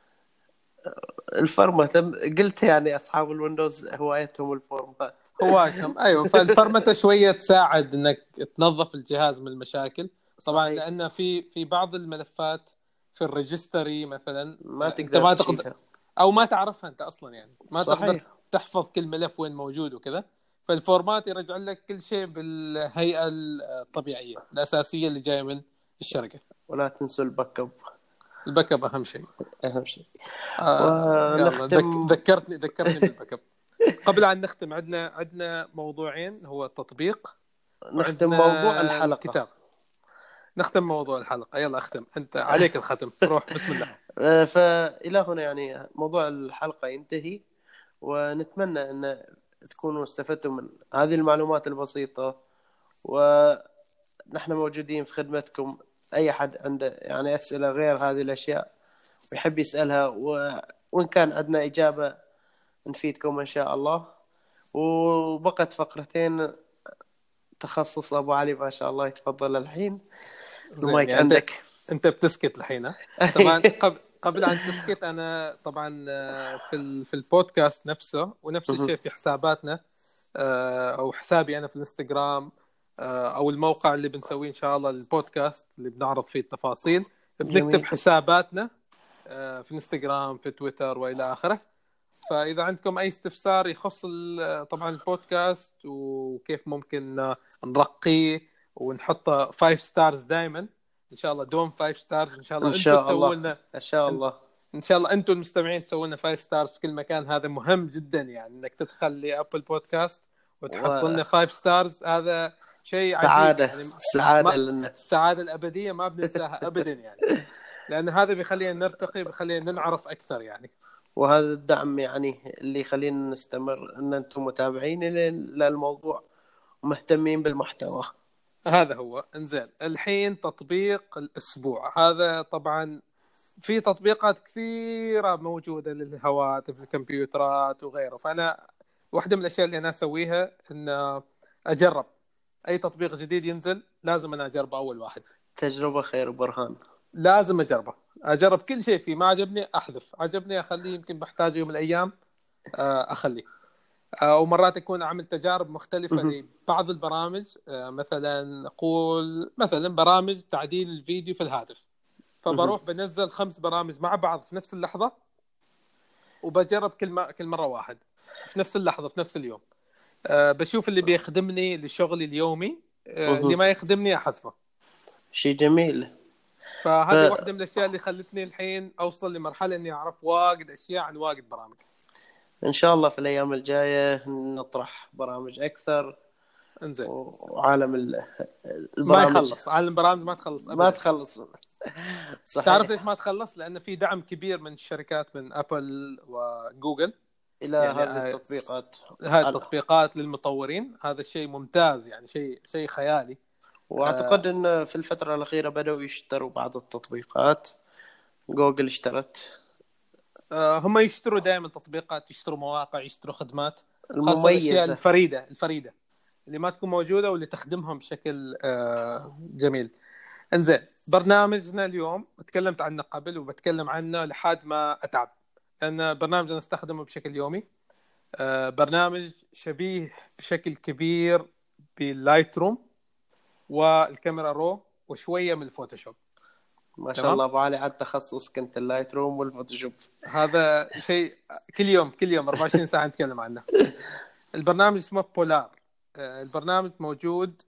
الفورمات قلت يعني أصحاب الويندوز هوايتهم الفورمات. هوايتهم، ايوه. فالفرمته شويه تساعد انك تنظف الجهاز من المشاكل. طبعا صحيح. لان في في بعض الملفات في الريجستري مثلا، ما آه، انت تقدر ما تقدر تشيلها. او ما تعرفها انت اصلا، يعني ما تقدر صحيح. تحفظ كل ملف وين موجود وكذا. فالفورمات يرجع لك كل شيء بالهيئه الطبيعيه الاساسيه اللي جايه من الشركه. ولا تنسوا الباك اب، الباك اب اهم شيء. أهم شيء. آه يلا، ذك... ونختم. ذكرتني ذكرتني بالباك اب. قبل أن نختم، عندنا عندنا موضوعين، هو التطبيق نختم موضوع وعندنا الحلقة. الكتاب. نختم موضوع الحلقة، يلا اختم أنت، عليك الختم، روح بسم الله. آه، فإلى هنا يعني موضوع الحلقة ينتهي، ونتمنى أن تكونوا استفدتم من هذه المعلومات البسيطة، ونحن موجودين في خدمتكم. أي حد عنده يعني أسئلة غير هذه الأشياء ويحب يسألها، و... وإن كان عندنا إجابة نفيدكم إن شاء الله. وبقت فقرتين، تخصص أبو علي ما شاء الله، يتفضل الحين زين، المايك يعني أنت عندك. أنت بتسكت الحين ها؟ طبعا قبل قبل أن تسكت، أنا طبعا آه، في ال... في البودكاست نفسه، ونفس الشيء في حساباتنا، آه، أو حسابي أنا في الانستغرام، آه، أو الموقع اللي بنسويه إن شاء الله البودكاست اللي بنعرض فيه التفاصيل، بنكتب جميل. حساباتنا آه، في انستغرام، في تويتر وإلى آخره. فإذا عندكم أي استفسار يخص ال- طبعا البودكاست، وكيف ممكن نرقيه ونحطه فايف ستارز دائما، إن شاء الله دوم فايف ستارز. إن شاء إن الله أنتم شاء تسووا الله. لنا، إن شاء إن الله. إن شاء الله أنتم المستمعين تسووا لنا فايف ستارز في كل مكان. هذا مهم جدا، يعني إنك تدخل لأبل بودكاست وتحط لنا فايف ستارز، هذا شيء عجيب واستعادة يعني. سعادة ما لنا. السعادة الأبدية ما بننساها أبدا يعني، لأن هذا بيخلينا نرتقي، بيخلينا نعرف أكثر يعني. وهذا الدعم يعني اللي يخلينا نستمر، ان انتم متابعين لل- للموضوع ومهتمين بالمحتوى. هذا هو. انزين، الحين تطبيق الأسبوع هذا، طبعا في تطبيقات كثيرة موجودة للهواتف، الكمبيوترات وغيره. فأنا واحدة من الأشياء اللي أنا أسويها إن أجرب أي تطبيق جديد ينزل، لازم أنا أجربه أول واحد. تجربة خير برهان. لازم أجربه، اجرب كل شيء فيه، ما عجبني احذف، عجبني اخليه، يمكن بحتاجه يوم من الايام آه، اخليه. آه، ومرات اكون اعمل تجارب مختلفه مهم. لبعض البرامج، آه، مثلا نقول مثلا برامج تعديل الفيديو في الهاتف، مهم. فبروح بنزل خمس برامج مع بعض في نفس اللحظه، وبجرب كل ما كل مره واحد في نفس اللحظه في نفس اليوم. أه بشوف اللي بيخدمني لشغلي اليومي، أه اللي مهم. ما يخدمني احذفه. شيء جميل. فهذه واحده ف- من الاشياء اللي خلتني الحين اوصل لمرحله اني اعرف واجد اشياء عن واجد برامج. إن شاء الله في الأيام الجاية نطرح برامج أكثر، انزين. وعالم ال- ما البرامج يخلص عالم البرامج، ما تخلص ما ابدا. تخلص. تعرف ليش صحيح. ما تخلص؟ لان في دعم كبير من الشركات، من ابل وجوجل. إلى يعني هذه آه، التطبيقات. هاي أنا التطبيقات للمطورين، هذا الشيء ممتاز، يعني شيء شيء خيالي. وأعتقد آه، أن في الفترة الأخيرة بدأوا يشتروا بعض التطبيقات. جوجل اشترت آه، هم يشتروا دائما تطبيقات، يشتروا مواقع، يشتروا خدمات، خاصة الأشياء المميزة. الفريدة الفريدة اللي ما تكون موجودة واللي تخدمهم بشكل آه، جميل. انزين، برنامجنا اليوم تكلمت عنه قبل وبتكلم عنه لحد ما أتعب، لأن برنامج أنا استخدمه بشكل يومي. آه، برنامج شبيه بشكل كبير باللايت روم والكاميرا رو وشوية من الفوتوشوب. ما شاء تمام. الله أبو علي، على التخصص كنت اللايت روم والفوتوشوب. هذا شيء كل يوم كل يوم أربعة وعشرين ساعة نتكلم عنه. البرنامج اسمه بولار. آه، البرنامج موجود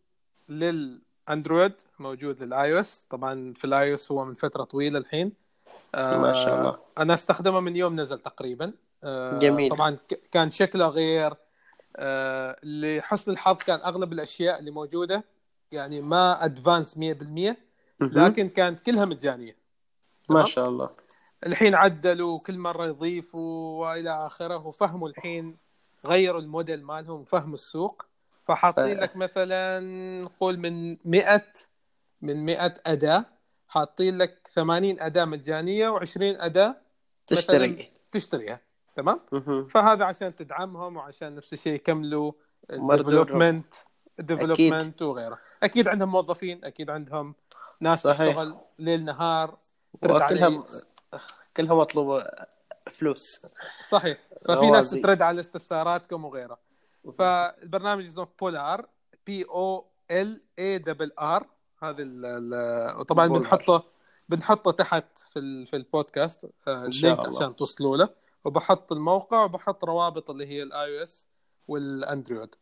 للاندرويد، موجود للاي او اس. طبعا في الاي او اس هو من فتره طويله الحين. ما شاء آه، الله. انا استخدمه من يوم نزل تقريبا. آه، جميل. طبعا ك- كان شكله غير. آه، لحسن الحظ كان اغلب الاشياء اللي موجوده يعني ما ادفانس مية بالمية، مهم. لكن كانت كلها مجانيه. ما تمام. شاء الله. الحين عدلوا كل مرة يضيفوا وإلى آخره، وفهموا الحين، غيروا الموديل مالهم وفهموا السوق. فحاطين ف- لك مثلا نقول من مئة من مئة أداة، حاطين لك ثمانين أداة مجانية وعشرين أداة مثلا تشتري. تشتريها. تمام. مهم. فهذا عشان تدعمهم وعشان نفس الشيء يكملوا مردودهم. الديفلوبمنت أكيد. الديفلوبمنت وغيره. أكيد عندهم موظفين، أكيد عندهم ناس صحيح. تشتغل ليل نهار ترد عليه. وكلها كلها مطلوبة فلوس. صحيح. ففي ناس غوازي. ترد على استفساراتكم وغيره. فالبرنامج اسمه بولار، بي او ال اي دبل ار. هذا ال- ال- وطبعا بولبر. بنحطه بنحطه تحت في ال- في البودكاست، آه، إن شاء اللينك الله. عشان توصلوا له. وبحط الموقع وبحط روابط اللي هي الاي او اس والاندرويد.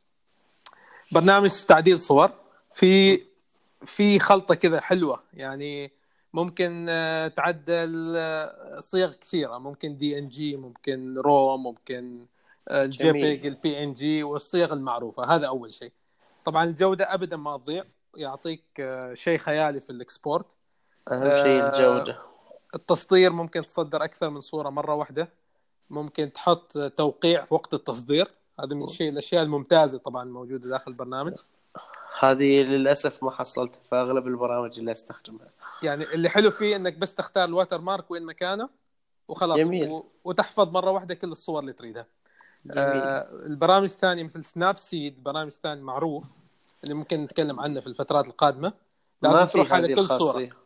برنامج تعديل صور. في في خلطة كذا حلوة يعني. ممكن آه، تعدل آه، صيغ كثيرة، ممكن دي ان جي، ممكن رو، ممكن الجي جميل. بيج، البي ان جي، والصيغ المعروفة. هذا أول شيء. طبعا الجودة أبدا ما تضيع، يعطيك آه، شيء خيالي في الإكسبورت. أهم شيء آه، الجودة. التصدير ممكن تصدر أكثر من صورة مرة واحدة. ممكن تحط توقيع في وقت التصدير. هذا من الشيء الأشياء الممتازة طبعا موجودة داخل البرنامج. هذه للأسف ما حصلتها في أغلب البرامج اللي أستخدمها. يعني اللي حلو فيه انك بس تختار الواتر مارك وين مكانه وخلاص، جميل. و... وتحفظ مره واحده كل الصور اللي تريدها. جميل. آه البرامج الثانيه مثل سناب سيد، برامج ثاني معروف اللي ممكن نتكلم عنه في الفترات القادمه. ما لازم في تروح على هذه كل صوره. الخاصية.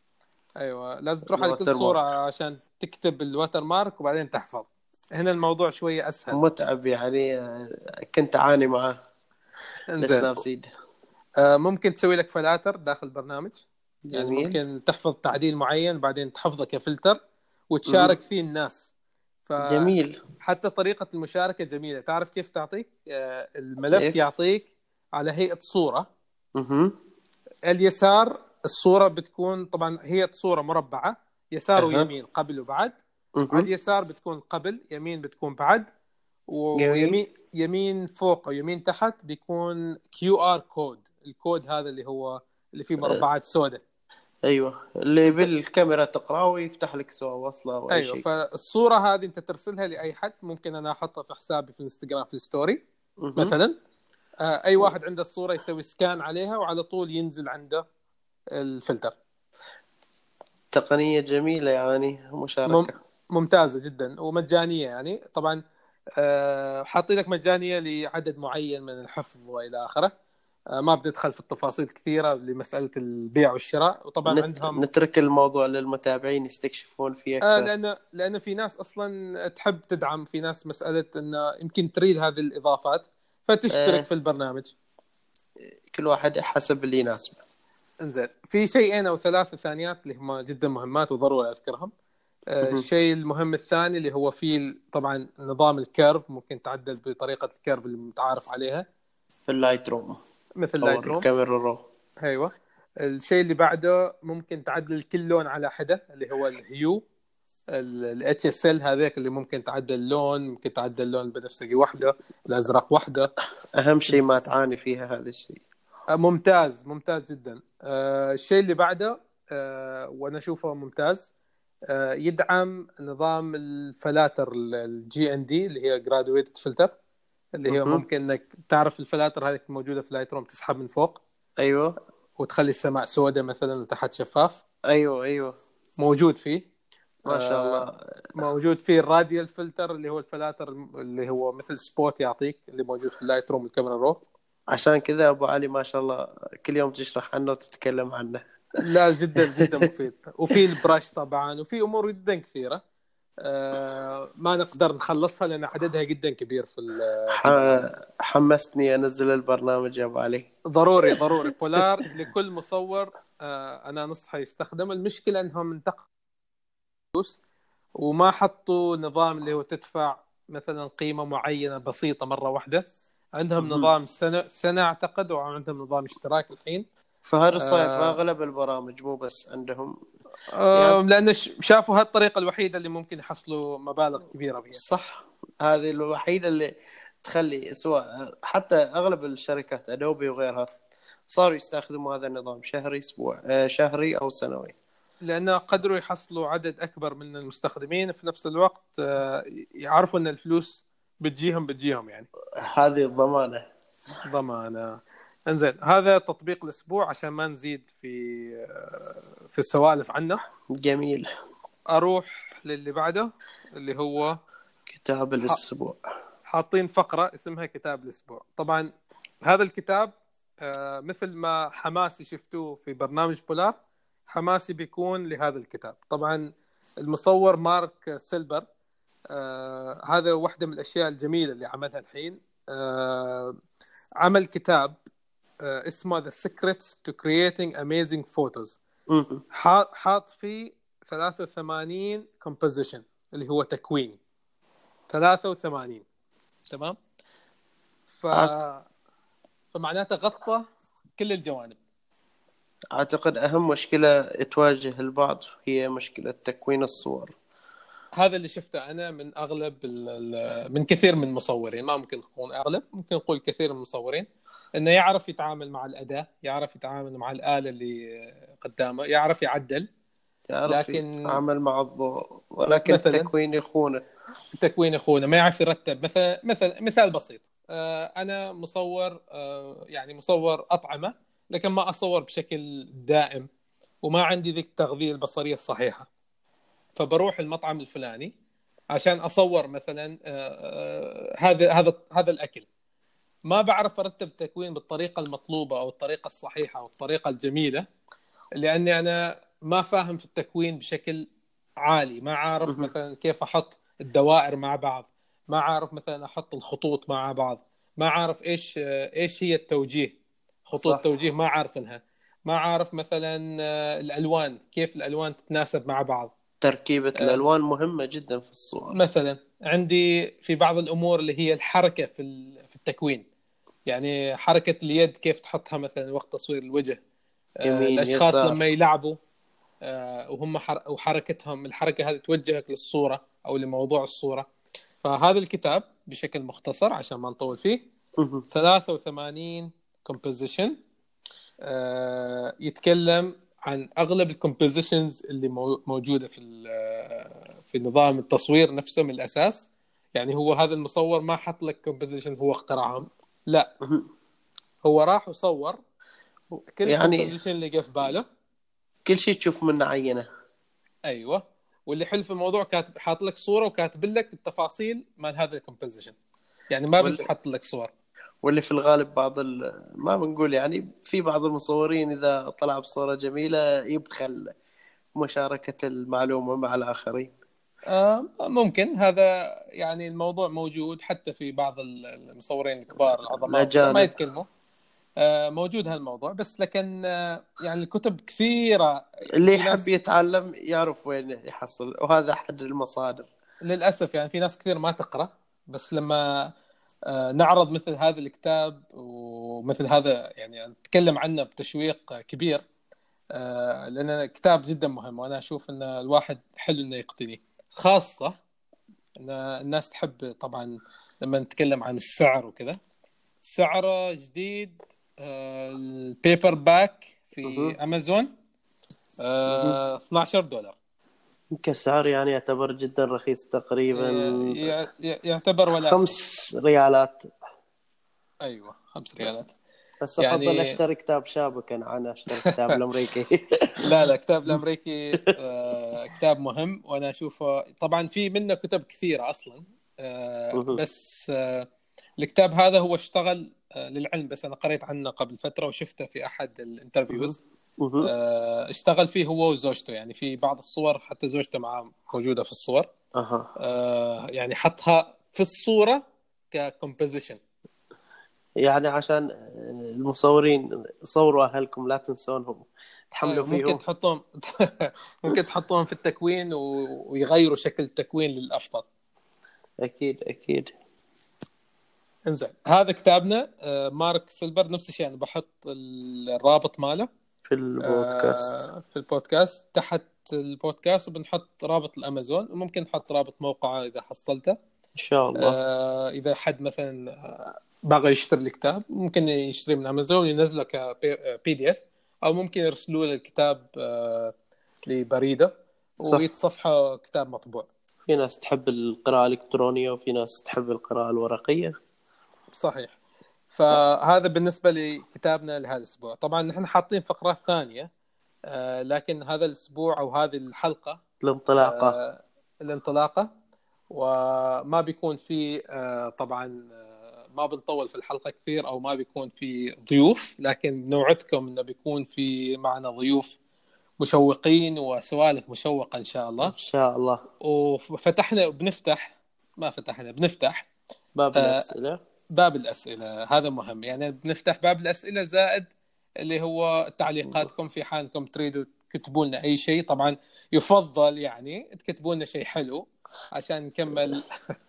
ايوه، لازم تروح على كل الوتر صوره مارك عشان تكتب الواتر مارك وبعدين تحفظ. هنا الموضوع شويه اسهل. متعب يعني. كنت أعاني معه. انزين. السناب سيد. آه ممكن تسوي لك فلاتر داخل البرنامج. يعني جميل. ممكن تحفظ تعديل معين بعدين تحفظه كفلتر مهم. وتشارك فيه الناس. جميل. فحتى طريقة المشاركة جميلة. تعرف كيف تعطيك آه، الملف كيف؟ يعطيك على هيئة صورة. مهم. اليسار الصورة بتكون طبعا هي صورة مربعة، يسار أها. ويمين قبل وبعد. على مهم. اليسار بتكون قبل، يمين بتكون بعد، جميل. ويمين يمين فوق ويمين تحت بيكون كيو ار كود. الكود هذا اللي هو اللي فيه آه. مربعات سوداء. أيوة، اللي انت بالكاميرا تقرأ ويفتح لك سواء وصلة أو أي ايوه، شيء. فالصورة هذه انت ترسلها لاي حد. ممكن انا احطها في حسابي في الانستغرام في الستوري مهم. مثلا. آه، اي واحد عنده الصورة يسوي سكان عليها وعلى طول ينزل عنده الفلتر. تقنية جميلة يعني، مم... مشاركة. ممتازة جدا ومجانية يعني. طبعا آه، حاطين لك مجانية لعدد معين من الحفظ والى اخره. ما بدي ادخل في التفاصيل كثيره لمساله البيع والشراء. وطبعا نت... عندهم نترك الموضوع للمتابعين يستكشفون فيه آه أكثر. لأن لأن في ناس أصلا تحب تدعم، في ناس مسألة إنه يمكن تريد هذه الإضافات فتشترك آه، في البرنامج. كل واحد حسب اللي يناسبه. انزين، في شيئين أو ثلاث ثانيات اللي هم جدا مهمات وضروري أذكرهم. آه مهم. الشيء المهم الثاني اللي هو فيه طبعا نظام الكيرف، ممكن تعدل بطريقة الكيرف اللي متعارف عليها في اللايت روم مثل أو لايت روم. الكاميرا رو. أيوة. الشيء اللي بعده ممكن تعدل كل لون على حدة، اللي هو الهيو الاتش اس ال هذاك، اللي ممكن تعدل اللون، ممكن تعدل اللون البنفسجي واحده، الازرق واحده. أهم شيء ما تعاني فيها هذا الشيء. ممتاز ممتاز جدا. آه الشيء اللي بعده آه وانا اشوفه ممتاز، آه يدعم نظام الفلاتر الجي ان دي اللي هي جرادويتد فلتر، اللي هي مهم. ممكن انك تعرف الفلاتر هذه موجوده في لايت روم، تسحب من فوق أيوة وتخلي السماء سوداء مثلا وتحت شفاف. أيوة أيوة. موجود فيه. ما شاء آه، الله. موجود فيه الراديال فلتر اللي هو الفلاتر اللي هو مثل سبوت يعطيك، اللي موجود في اللايت روم والكاميرا رو. عشان كذا أبو علي ما شاء الله كل يوم تشرح عنه وتتكلم عنه. لا جدا جدا مفيد. وفي البراش طبعا، وفي امور جدا كثيره آه، ما نقدر نخلصها لان عددها جدا كبير في ال- ح... في البرنامج. حمستني أنزل البرنامج يا أبو علي. ضروري ضروري بولار لكل مصور. آه، انا نصحه يستخدم. المشكله انهم انتقلوا وما حطوا نظام اللي هو تدفع مثلا قيمة معينة بسيطة مرة واحدة. عندهم مهم. نظام سنة سنة أعتقد، وعندهم نظام اشتراك الحين. فهذا صاير في آه أغلب البرامج مو بس عندهم آه يعني. لأن ش- شافوا هالطريقة الوحيدة اللي ممكن يحصلوا مبالغ كبيرة بها. صح. هذه الوحيدة اللي تخلي سواء حتى أغلب الشركات أدوبي وغيرها صاروا يستخدموا هذا النظام شهري أسبوع آه، شهري أو سنوي. لأن قدروا يحصلوا عدد أكبر من المستخدمين في نفس الوقت. آه يعرفوا أن الفلوس بتجيهم بتجيهم يعني. هذه الضمانة. ضمانة. انزين، هذا تطبيق الأسبوع عشان ما نزيد في آه، في السوالف عنه. جميل. اروح للي بعده اللي هو كتاب ح- الأسبوع. حاطين فقرة اسمها كتاب الأسبوع. طبعا هذا الكتاب آه، مثل ما حماسي شفتوه في برنامج بولار، حماسي بيكون لهذا الكتاب. طبعا المصور مارك سيلبر، آه، هذا واحدة من الأشياء الجميلة اللي عملها الحين. آه، عمل كتاب آه، اسمه The Secrets to Creating Amazing Photos. مهم. حاط حاط فيه ثلاثة وثمانين composition اللي هو تكوين ثلاثة وثمانين. تمام. ف... أعت- فمعناته غطى كل الجوانب. أعتقد أهم مشكلة تواجه البعض هي مشكلة تكوين الصور. هذا اللي شفته أنا من أغلب ال... ال- من كثير من المصورين، ما ممكن نقول أغلب، ممكن نقول كثير من المصورين، إنه يعرف يتعامل مع الأداة، يعرف يتعامل مع الآلة اللي قدامه، يعرف يعدل. يعرف لكن يتعامل مع الضوء ولكن مثلا التكوين يخونه. تكوين اخونا ما يعرف يرتب. مثلا مثلا مثال بسيط، آه، انا مصور، آه، يعني مصور اطعمه، لكن ما اصور بشكل دائم وما عندي ذيك التغذيه البصريه الصحيحه. فبروح المطعم الفلاني عشان اصور مثلا آه، آه، هذا هذا هذا الاكل. ما بعرف ارتب تكوين بالطريقه المطلوبه او الطريقه الصحيحه او الطريقه الجميله، لاني انا ما فاهم في التكوين بشكل عالي. ما عارف مهم. مثلا كيف احط الدوائر مع بعض، ما عارف مثلا احط الخطوط مع بعض، ما عارف ايش ايش هي التوجيه، خطوط صح. توجيه ما عارف انها، ما عارف مثلا آه، الالوان، كيف الالوان تتناسب مع بعض. تركيبة آه، الألوان مهمة جدا في الصور. مثلا عندي في بعض الامور اللي هي الحركه في ال- في التكوين، يعني حركه اليد كيف تحطها مثلا وقت تصوير الوجه. آه، يمين الاشخاص يسار. لما يلعبوا آه، وهم حر... وحركتهم، الحركة هذه توجهك للصورة أو لموضوع الصورة. فهذا الكتاب بشكل مختصر عشان ما نطول فيه، مهم. ثلاثة وثمانين composition، آه، يتكلم عن أغلب الكومبوزيشنز اللي مو- موجودة في ال- في نظام التصوير نفسه من الأساس. يعني هو هذا المصور ما حط لك كومبوزيشن هو اخترعهم، لا، مهم. هو راح وصور كل يعني كومبوزيشن اللي جه في باله. كل شيء تشوف منه عينة. ايوه. واللي حلو في الموضوع كاتب حاط لك صوره وكاتب لك التفاصيل مال هذا الكومبوزيشن، يعني ما بس وال... حاط لك صور. واللي في الغالب بعض ال... ما بنقول يعني في بعض المصورين إذا طلع بصورة جميلة يبخل مشاركة المعلومة مع الآخرين. آه، ممكن هذا، يعني الموضوع موجود حتى في بعض المصورين الكبار العظماء وكذا ما الأجانب. يتكلموا. آه، موجود هالموضوع، بس لكن آه، يعني الكتب كثيرة. اللي في يحب ناس يتعلم يعرف وين يحصل، وهذا أحد المصادر. للأسف، يعني في ناس كثير ما تقرأ، بس لما آه، نعرض مثل هذا الكتاب ومثل هذا يعني نتكلم عنه بتشويق كبير، آه، لأنه كتاب جدا مهم، وأنا أشوف أن الواحد حلو أنه يقتنيه، خاصة أن الناس تحب طبعا لما نتكلم عن السعر وكذا. سعره جديد، آه، البيبر باك في مه. أمازون مه. آه، اثنا عشر دولار. كسعر يعني يعتبر جدا رخيص، تقريبا ي- ي- يعتبر ولا شيء. خمس ريالات. أيوة، خمس ريالات بس أفضل يعني. أشتري كتاب شابكا عن أشتري كتاب الأمريكي. لا لا، كتاب الأمريكي آه، كتاب مهم، وأنا أشوفه طبعا في منه كتب كثيرة أصلا، آه، مه. بس آه، الكتاب هذا هو اشتغل آه، للعلم، بس أنا قريت عنه قبل فترة وشفته في أحد مه. الانترفيوز. مه. آه، اشتغل فيه هو وزوجته، يعني في بعض الصور حتى زوجته معاه موجودة في الصور. أها. آه، يعني حطها في الصورة ككومبوزيشن. يعني عشان المصورين صوروا أهلكم لا تنسونهم، تحملوا ايوه، ممكن فيهم. تحطهم ممكن تحطهم في التكوين و- ويغيروا شكل التكوين للافضل. أكيد أكيد. انزين، هذا كتابنا آه، مارك سيلبر، نفس الشيء انا بحط الرابط ماله في البودكاست. آه، في البودكاست تحت البودكاست، وبنحط رابط الامازون، وممكن نحط رابط موقعه اذا حصلته. إن شاء الله. آه، اذا حد مثلا آه، بغى يشتري الكتاب ممكن يشتري من امازون وينزله كبي دي اف، او ممكن يرسلوا له الكتاب آه، لبريده صح. ويتصفحه كتاب مطبوع. في ناس تحب القراءة الإلكترونية وفي ناس تحب القراءة الورقية. صحيح. فهذا بالنسبه لكتابنا لهذا الاسبوع. طبعا نحن حاطين فقرات ثانيه، آه، لكن هذا الاسبوع او هذه الحلقه الانطلاقة. آه، الانطلاقه، وما بيكون في آه، طبعا آه، ما بنطول في الحلقة كثير، أو ما بيكون في ضيوف، لكن نوعدكم أنه بيكون في معنا ضيوف مشوقين وسوالف مشوقة إن شاء إن الله. شاء الله. وفتحنا بنفتح ما فتحنا بنفتح باب آه، الأسئلة. باب الأسئلة. هذا مهم، يعني بنفتح باب الأسئلة زائد اللي هو تعليقاتكم في حال انكم تريدوا تكتبوا لنا أي شيء. طبعا يفضل يعني تكتبوا لنا شيء حلو عشان نكمل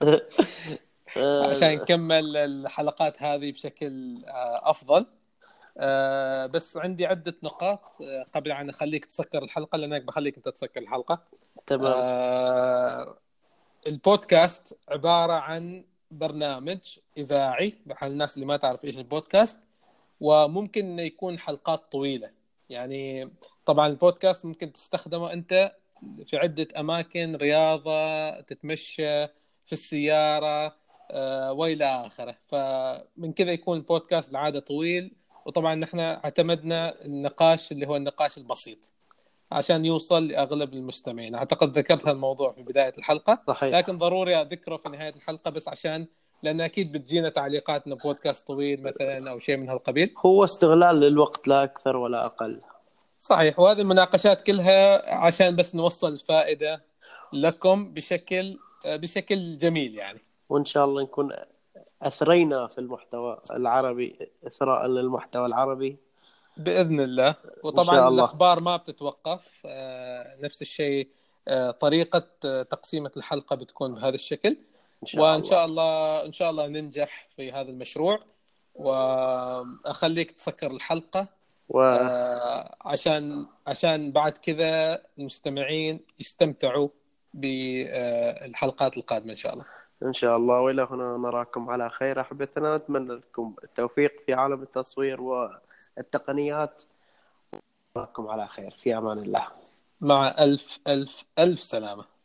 عشان نكمل الحلقات هذه بشكل آه، أفضل. آه، بس عندي عدة نقاط آه، قبل أن أخليك تسكر الحلقة، لأنك بخليك أنت تسكر الحلقة. تمام. آه، البودكاست عبارة عن برنامج إذاعي، على الناس اللي ما تعرف إيش البودكاست، وممكن إنه يكون حلقات طويلة. يعني طبعا البودكاست ممكن تستخدمه أنت في عدة أماكن، رياضة، تتمشى في السيارة آه، وإلى آخره. فمن كذا يكون البودكاست العادة طويل. وطبعا نحن اعتمدنا النقاش اللي هو النقاش البسيط عشان يوصل لأغلب المستمعين. أعتقد ذكرت هالموضوع في بداية الحلقة، صحيح. لكن ضروري أذكره في نهاية الحلقة، بس عشان لأن أكيد بتجينا تعليقات إنه بودكاست طويل مثلا أو شيء من هالقبيل. هو استغلال للوقت لا أكثر ولا أقل. صحيح، وهذه المناقشات كلها عشان بس نوصل الفائدة لكم بشكل بشكل جميل يعني. وإن شاء الله نكون أثرينا في المحتوى العربي، إثراء للمحتوى العربي. بإذن الله. إن وطبعا شاء الله. الأخبار ما بتتوقف، آه، نفس الشيء. آه، طريقة آه، تقسيمة الحلقة بتكون بهذا الشكل. إن شاء وإن الله. شاء الله إن شاء الله ننجح في هذا المشروع، وأخليك تسكر الحلقة وإن آه، عشان عشان بعد كذا المستمعين يستمتعوا بالحلقات القادمة إن شاء الله. شاء الله. وإلى هنا نراكم على خير أحبتنا، نتمنى لكم التوفيق في عالم التصوير والتقنيات. نراكم على خير في أمان الله. مع ألف ألف ألف سلامة.